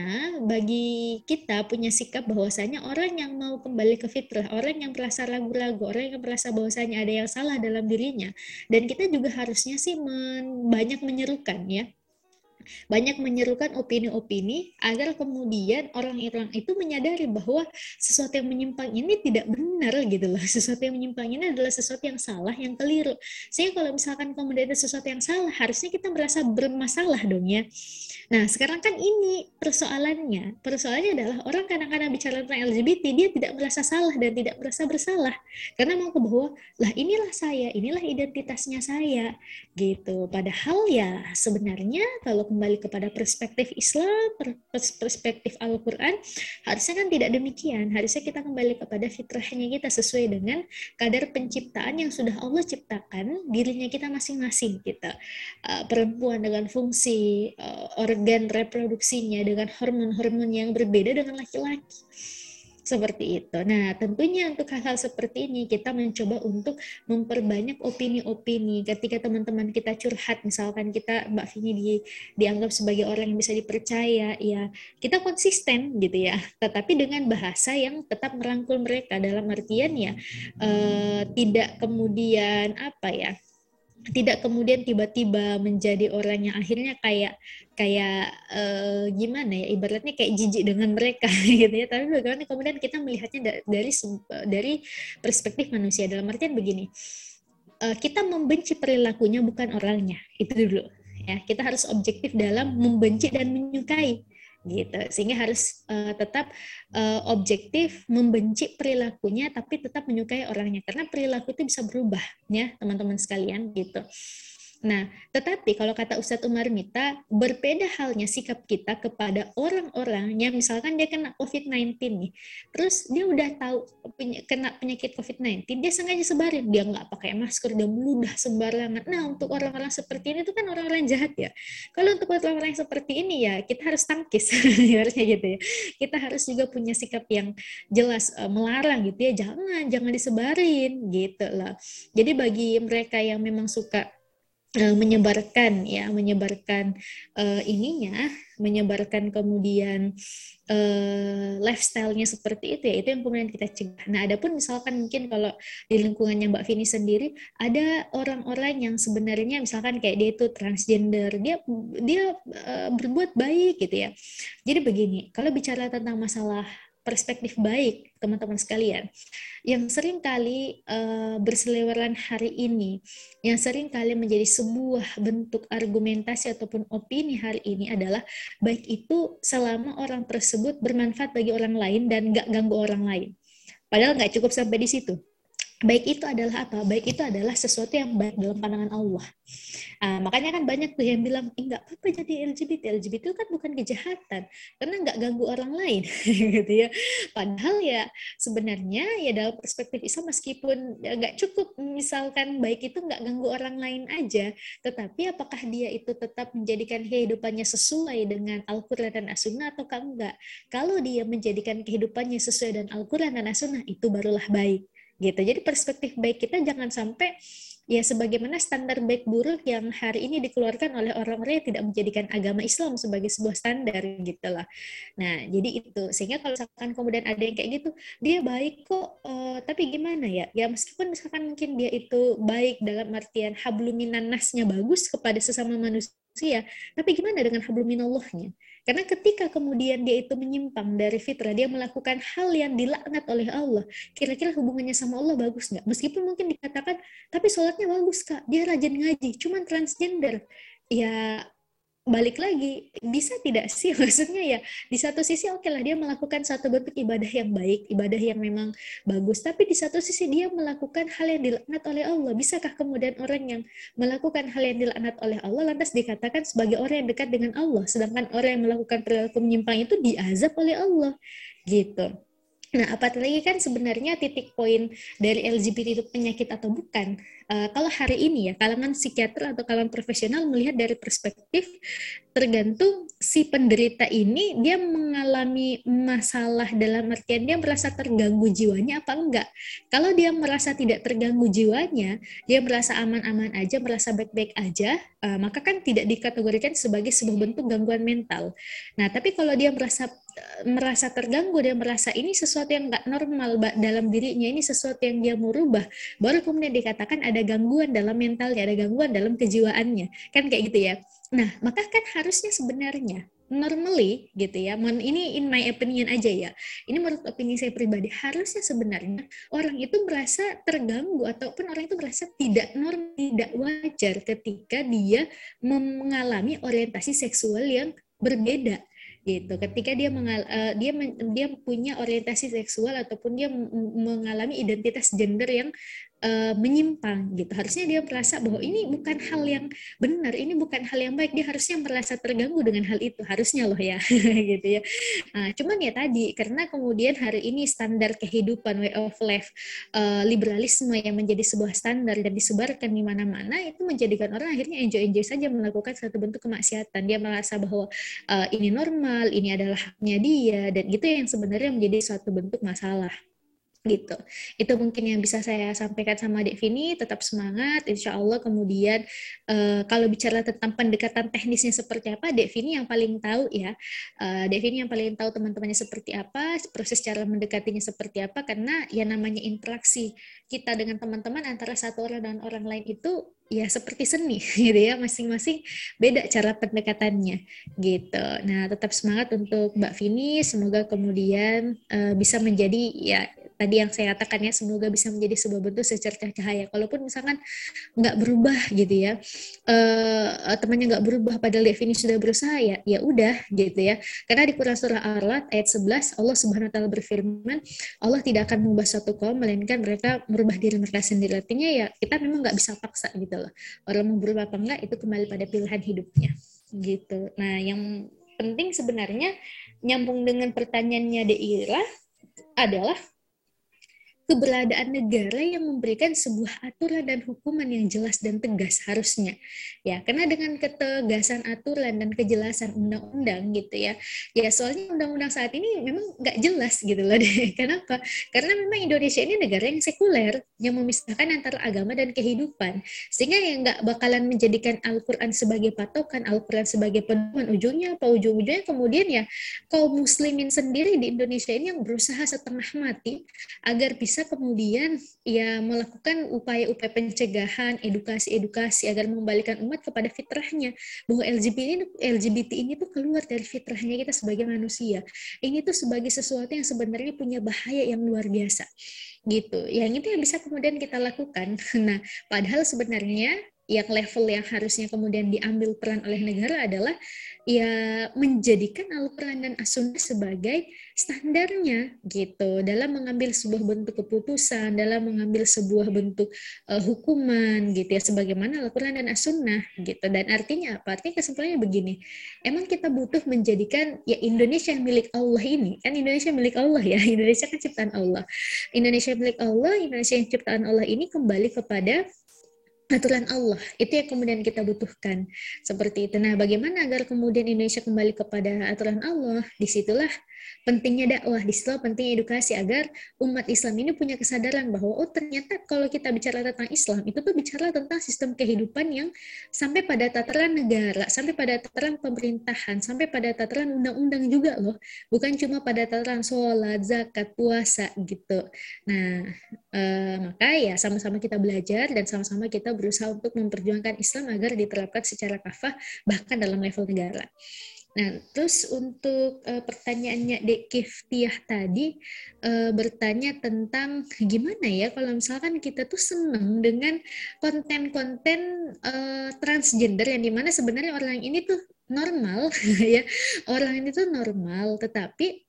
bagi kita punya sikap bahwasanya orang yang mau kembali ke fitrah, orang yang merasa ragu-ragu, orang yang merasa bahwasanya ada yang salah dalam dirinya, dan kita juga harusnya sih men, banyak menyerukan ya. Banyak menyerukan opini-opini agar kemudian orang-orang itu menyadari bahwa sesuatu yang menyimpang ini tidak benar gitu loh. Sesuatu yang menyimpang ini adalah sesuatu yang salah, yang keliru. Sehingga kalau misalkan kemudian ada sesuatu yang salah, harusnya kita merasa bermasalah dong ya. Nah, sekarang kan ini persoalannya. Persoalannya adalah orang kadang-kadang bicara tentang L G B T, dia tidak merasa salah dan tidak merasa bersalah. Karena mau ke bahwa, lah inilah saya, inilah identitasnya saya. Gitu. Padahal ya sebenarnya kalau kembali kepada perspektif Islam, perspektif Al-Quran, harusnya kan tidak demikian. Harusnya kita kembali kepada fitrahnya kita sesuai dengan kadar penciptaan yang sudah Allah ciptakan dirinya kita masing-masing kita. Uh, perempuan dengan fungsi uh, organ reproduksinya dengan hormon-hormon yang berbeda dengan laki-laki. Seperti itu. Nah, tentunya untuk hal-hal seperti ini kita mencoba untuk memperbanyak opini-opini. Ketika teman-teman kita curhat, misalkan kita Mbak Vini di, dianggap sebagai orang yang bisa dipercaya, ya kita konsisten gitu ya. Tetapi dengan bahasa yang tetap merangkul mereka dalam artian ya eh, tidak kemudian apa ya? Tidak kemudian tiba-tiba menjadi orang yang akhirnya kayak kayak uh, gimana ya, ibaratnya kayak jijik dengan mereka gitu ya. Tapi bagaimana kemudian kita melihatnya dari dari perspektif manusia, dalam artian begini, uh, kita membenci perilakunya bukan orangnya, itu dulu ya. Kita harus objektif dalam membenci dan menyukai gitu. Sehingga harus uh, tetap uh, objektif, membenci perilakunya tapi tetap menyukai orangnya, karena perilaku itu bisa berubah ya teman-teman sekalian gitu. Nah, tetapi kalau kata Ustadz Umar Mita, berbeda halnya sikap kita kepada orang-orang yang misalkan dia kena covid sembilan belas nih, terus dia udah tahu kena penyakit covid sembilan belas, dia sengaja sebarin, dia nggak pakai masker, dia meludah sembarangan. Nah, untuk orang-orang seperti ini itu kan orang-orang jahat ya. Kalau untuk orang-orang yang seperti ini ya kita harus tangkis, harusnya gitu ya. Kita harus juga punya sikap yang jelas, melarang gitu ya, jangan, jangan disebarin gitu lah. Jadi bagi mereka yang memang suka menyebarkan ya menyebarkan uh, ininya menyebarkan kemudian uh, lifestyle-nya seperti itu ya, itu yang kemudian kita cegah. Nah, adapun misalkan mungkin kalau di lingkungannya Mbak Vini sendiri ada orang-orang yang sebenarnya misalkan kayak dia itu transgender, dia dia uh, berbuat baik gitu ya. Jadi begini, kalau bicara tentang masalah perspektif baik, teman-teman sekalian, yang sering kali uh, berseliweran hari ini, yang sering kali menjadi sebuah bentuk argumentasi ataupun opini hari ini adalah baik itu selama orang tersebut bermanfaat bagi orang lain dan nggak ganggu orang lain. Padahal nggak cukup sampai di situ. Baik itu adalah apa? Baik itu adalah sesuatu yang baik dalam pandangan Allah. Uh, makanya kan banyak tuh yang bilang, eh, nggak apa-apa jadi L G B T. L G B T itu kan bukan kejahatan, karena nggak ganggu orang lain, gitu ya. Padahal ya sebenarnya ya dalam perspektif Islam meskipun nggak cukup misalkan baik itu nggak ganggu orang lain aja, tetapi apakah dia itu tetap menjadikan kehidupannya sesuai dengan Al-Quran dan As-Sunnah ataukah enggak? Kalau dia menjadikan kehidupannya sesuai dengan Al-Quran dan As-Sunnah, itu barulah baik. Gitu. Jadi perspektif baik kita jangan sampai ya sebagaimana standar baik buruk yang hari ini dikeluarkan oleh orang-orang yang tidak menjadikan agama Islam sebagai sebuah standar gitulah. Nah, jadi itu sehingga kalau misalkan kemudian ada yang kayak gitu, dia baik kok, uh, tapi gimana ya? Ya meskipun misalkan mungkin dia itu baik dalam artian habluminan nasnya bagus kepada sesama manusia, tapi gimana dengan habluminallahnya? Karena ketika kemudian dia itu menyimpang dari fitrah, dia melakukan hal yang dilaknat oleh Allah, kira-kira hubungannya sama Allah bagus nggak? Meskipun mungkin dikatakan, tapi sholatnya bagus kak, dia rajin ngaji, cuman transgender. Ya balik lagi, bisa tidak sih? Maksudnya ya, di satu sisi oke okay lah dia melakukan satu bentuk ibadah yang baik, ibadah yang memang bagus, tapi di satu sisi dia melakukan hal yang dilaknat oleh Allah. Bisakah kemudian orang yang melakukan hal yang dilaknat oleh Allah lantas dikatakan sebagai orang yang dekat dengan Allah, sedangkan orang yang melakukan perilaku menyimpang itu diazab oleh Allah, gitu. Nah, apalagi kan sebenarnya titik poin dari L G B T itu penyakit atau bukan. Uh, kalau hari ini ya, kalangan psikiater atau kalangan profesional melihat dari perspektif tergantung si penderita ini dia mengalami masalah dalam artian dia merasa terganggu jiwanya apa enggak. Kalau dia merasa tidak terganggu jiwanya, dia merasa aman-aman aja, merasa baik-baik aja, uh, maka kan tidak dikategorikan sebagai sebuah bentuk gangguan mental. Nah, tapi kalau dia merasa merasa terganggu, dia merasa ini sesuatu yang nggak normal dalam dirinya, ini sesuatu yang dia mau rubah, baru kemudian dikatakan ada gangguan dalam mentalnya, ada gangguan dalam kejiwaannya, kan kayak gitu ya. Nah, maka kan harusnya sebenarnya normally gitu ya, ini in my opinion aja ya, ini menurut opini saya pribadi, harusnya sebenarnya orang itu merasa terganggu ataupun orang itu merasa tidak normal, tidak wajar ketika dia mengalami orientasi seksual yang berbeda gitu. Ketika dia mengal uh, dia men dia punya orientasi seksual ataupun dia mengalami identitas gender yang uh, menyimpang gitu. Harusnya dia merasa bahwa ini bukan hal yang benar, ini bukan hal yang baik. Dia harusnya merasa terganggu dengan hal itu. Harusnya loh ya, gitu ya. Nah, cuman ya tadi karena kemudian hari ini standar kehidupan way of life, uh, liberalisme yang menjadi sebuah standar dan disebarkan di mana-mana itu menjadikan orang akhirnya enjoy-enjoy saja melakukan satu bentuk kemaksiatan. Dia merasa bahwa uh, ini normal, ini adalah haknya dia, dan itu yang sebenarnya menjadi suatu bentuk masalah gitu. Itu mungkin yang bisa saya sampaikan sama Dek Vini. Tetap semangat, insya Allah. Kemudian uh, kalau bicara tentang pendekatan teknisnya seperti apa, Dek Vini yang paling tahu ya. uh, Dek Vini yang paling tahu teman-temannya seperti apa, proses cara mendekatinya seperti apa, karena ya namanya interaksi kita dengan teman-teman antara satu orang dan orang lain itu ya seperti seni gitu ya, masing-masing beda cara pendekatannya gitu. Nah, tetap semangat untuk Mbak Vini, semoga kemudian uh, bisa menjadi ya tadi yang saya katakan ya, semoga bisa menjadi sebuah bentuk secercah cahaya. Kalaupun misalkan nggak berubah gitu ya, uh, temannya nggak berubah padahal Devi ini sudah berusaha, ya ya udah gitu ya. Karena di Quran surah Ar-Ra'd ayat sebelas Allah Subhanahu wa taala berfirman, Allah tidak akan mengubah satu kaum melainkan mereka merubah diri mereka sendiri. Artinya ya kita memang nggak bisa paksa gitu loh. Orang mau berubah apa enggak itu kembali pada pilihan hidupnya gitu. Nah, yang penting sebenarnya nyambung dengan pertanyaannya Deira adalah keberadaan negara yang memberikan sebuah aturan dan hukuman yang jelas dan tegas harusnya ya, karena dengan ketegasan aturan dan kejelasan undang-undang gitu ya ya soalnya undang-undang saat ini memang nggak jelas gitu loh deh. Kenapa? Karena memang Indonesia ini negara yang sekuler yang memisahkan antara agama dan kehidupan, sehingga yang nggak bakalan menjadikan Al-Quran sebagai patokan, Al-Quran sebagai pedoman. Ujungnya apa? Ujung-ujungnya kemudian ya kaum muslimin sendiri di Indonesia ini yang berusaha setengah mati agar bisa kemudian ya melakukan upaya-upaya pencegahan, edukasi-edukasi agar mengembalikan umat kepada fitrahnya, bahwa L G B T ini, L G B T ini tuh keluar dari fitrahnya kita sebagai manusia. Ini tuh sebagai sesuatu yang sebenarnya punya bahaya yang luar biasa gitu. Yang itu yang bisa kemudian kita lakukan. Nah, padahal sebenarnya yang level yang harusnya kemudian diambil peran oleh negara adalah ya menjadikan Al-Quran dan As-Sunnah sebagai standarnya gitu dalam mengambil sebuah bentuk keputusan, dalam mengambil sebuah bentuk uh, hukuman gitu ya, sebagaimana Al-Quran dan As-Sunnah gitu. Dan artinya apa? Artinya kesimpulannya begini, emang kita butuh menjadikan ya Indonesia milik Allah ini, kan Indonesia milik Allah ya, Indonesia kan ciptaan Allah, Indonesia milik Allah, Indonesia yang ciptaan Allah ini kembali kepada aturan Allah, itu yang kemudian kita butuhkan seperti itu. Nah, bagaimana agar kemudian Indonesia kembali kepada aturan Allah? Disitulah pentingnya dakwah, disitulah pentingnya edukasi agar umat Islam ini punya kesadaran bahwa oh ternyata kalau kita bicara tentang Islam itu tuh bicara tentang sistem kehidupan yang sampai pada tataran negara, sampai pada tataran pemerintahan, sampai pada tataran undang-undang juga loh, bukan cuma pada tataran sholat, zakat, puasa gitu. Nah, eh, maka ya sama-sama kita belajar dan sama-sama kita berusaha untuk memperjuangkan Islam agar diterapkan secara kafah bahkan dalam level negara. Nah, terus untuk uh, pertanyaannya Dek Kiftiah tadi uh, bertanya tentang gimana ya kalau misalkan kita tuh seneng dengan konten-konten uh, transgender yang dimana sebenarnya orang ini tuh normal ya, orang ini tuh normal, tetapi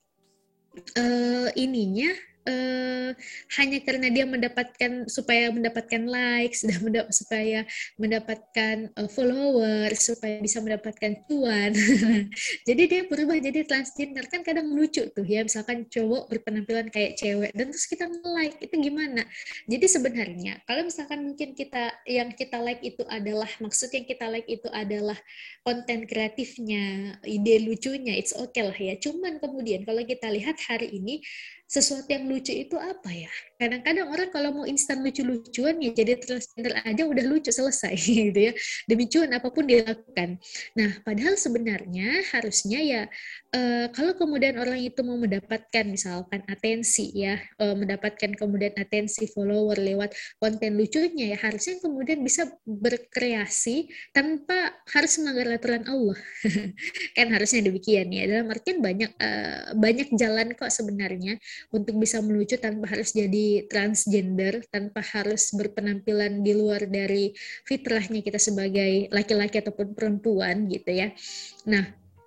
uh, ininya Uh, hanya karena dia mendapatkan supaya mendapatkan likes dan mendap- supaya mendapatkan uh, followers, supaya bisa mendapatkan cuan. Jadi dia berubah jadi transgender, kan kadang lucu tuh ya, misalkan cowok berpenampilan kayak cewek dan terus kita nge-like, itu gimana? Jadi sebenarnya kalau misalkan mungkin kita yang kita like itu adalah maksud yang kita like itu adalah konten kreatifnya, ide lucunya, it's okay lah ya. Cuman kemudian kalau kita lihat hari ini sesuatu yang lucu itu apa ya? Kadang-kadang orang kalau mau instan lucu-lucuan ya jadi transgender aja udah lucu selesai gitu ya. Demi cuan apapun dilakukan. Nah, padahal sebenarnya harusnya ya uh, kalau kemudian orang itu mau mendapatkan misalkan atensi ya, uh, mendapatkan kemudian atensi follower lewat konten lucunya ya harusnya kemudian bisa berkreasi tanpa harus melanggar aturan Allah. Kan harusnya demikian ya. Dalam artian banyak uh, banyak jalan kok sebenarnya untuk bisa melucu tanpa harus jadi transgender, tanpa harus berpenampilan di luar dari fitrahnya kita sebagai laki-laki ataupun perempuan gitu ya. Nah,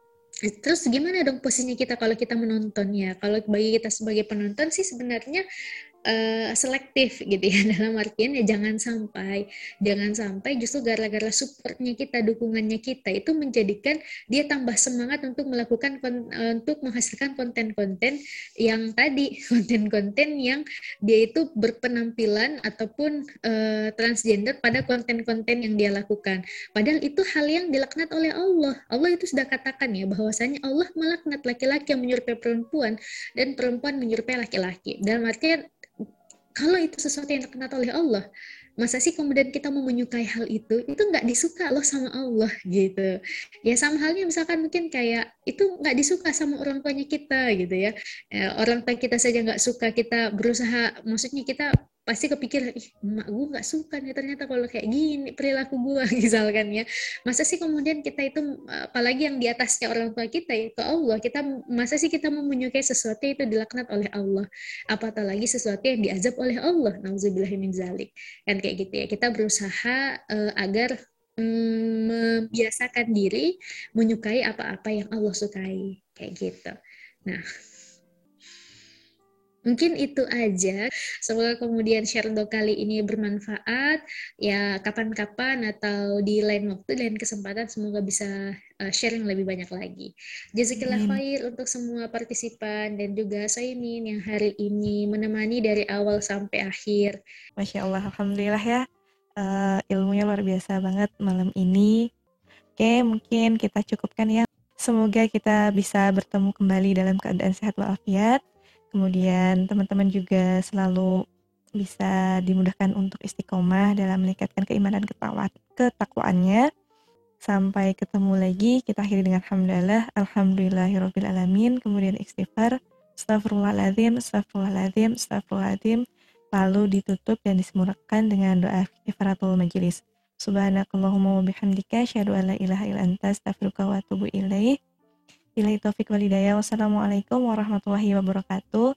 terus gimana dong posisinya kita kalau kita menonton ya? Kalau bagi kita sebagai penonton sih sebenarnya Uh, selektif gitu ya, dalam artian ya jangan sampai jangan sampai justru gara-gara supportnya kita, dukungannya kita itu menjadikan dia tambah semangat untuk melakukan uh, untuk menghasilkan konten-konten yang tadi konten-konten yang dia itu berpenampilan ataupun uh, transgender pada konten-konten yang dia lakukan, padahal itu hal yang dilaknat oleh Allah. Allah itu sudah katakan ya bahwasanya Allah melaknat laki-laki yang menyerupai perempuan dan perempuan menyerupai laki-laki. Dalam artian kalau itu sesuatu yang terkenal oleh Allah, masa sih kemudian kita mau menyukai hal itu? Itu nggak disuka loh sama Allah gitu. Ya sama halnya misalkan mungkin kayak itu nggak disuka sama orang tuanya kita gitu ya. Ya orang tua kita saja nggak suka, kita berusaha, maksudnya kita pasti kepikiran, ih emak gue nggak suka nih ternyata kalau kayak gini perilaku gue misalkan ya. Masa sih kemudian kita itu, apalagi yang di atasnya orang tua kita yaitu Allah, kita masa sih kita mau menyukai sesuatu itu dilaknat oleh Allah, apatah lagi sesuatu yang diazab oleh Allah, nauzubillahi min zalik. Dan kayak gitu ya, kita berusaha uh, agar um, membiasakan diri menyukai apa-apa yang Allah sukai kayak gitu. Nah, mungkin itu aja. Semoga kemudian share doa kali ini bermanfaat. Ya, kapan-kapan atau di lain waktu, lain kesempatan, semoga bisa uh, share yang lebih banyak lagi. Jazakillah khair untuk semua partisipan dan juga Saimin yang hari ini menemani dari awal sampai akhir. Masya Allah, alhamdulillah ya. Uh, ilmunya luar biasa banget malam ini. Oke, mungkin kita cukupkan ya. Semoga kita bisa bertemu kembali dalam keadaan sehat walafiat. Kemudian teman-teman juga selalu bisa dimudahkan untuk istiqomah dalam meningkatkan keimanan ketakwaannya. Sampai ketemu lagi, kita akhiri dengan hamdalah, alhamdulillahirabbil alamin, kemudian istighfar, astagfirullahaladzim, astagfirullahaladzim, astagfirullahaladzim, lalu ditutup dan disemurakan dengan doa kifaratul majelis. Subhanakallahumma wa bihamdika, asyhadu an la ilaha illa anta, astaghfiruka wa atubu ilaih. Billahi taufiq wal hidayah. Wassalamualaikum warahmatullahi wabarakatuh.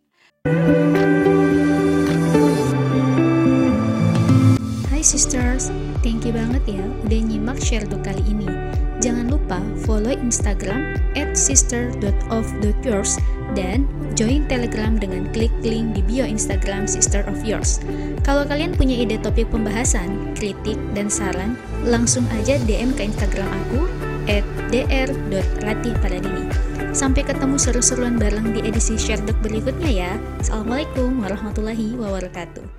Hai sisters, thank you banget ya udah nyimak share doa kali ini. Jangan lupa follow Instagram at sister dot of dot yours dan join Telegram dengan klik link di bio Instagram Sister of Yours. Kalau kalian punya ide topik pembahasan, kritik, dan saran, langsung aja D M ke Instagram aku at dr dot ratih paladini. Sampai ketemu seru-seruan bareng di edisi Share Doc berikutnya ya. Assalamualaikum warahmatullahi wabarakatuh.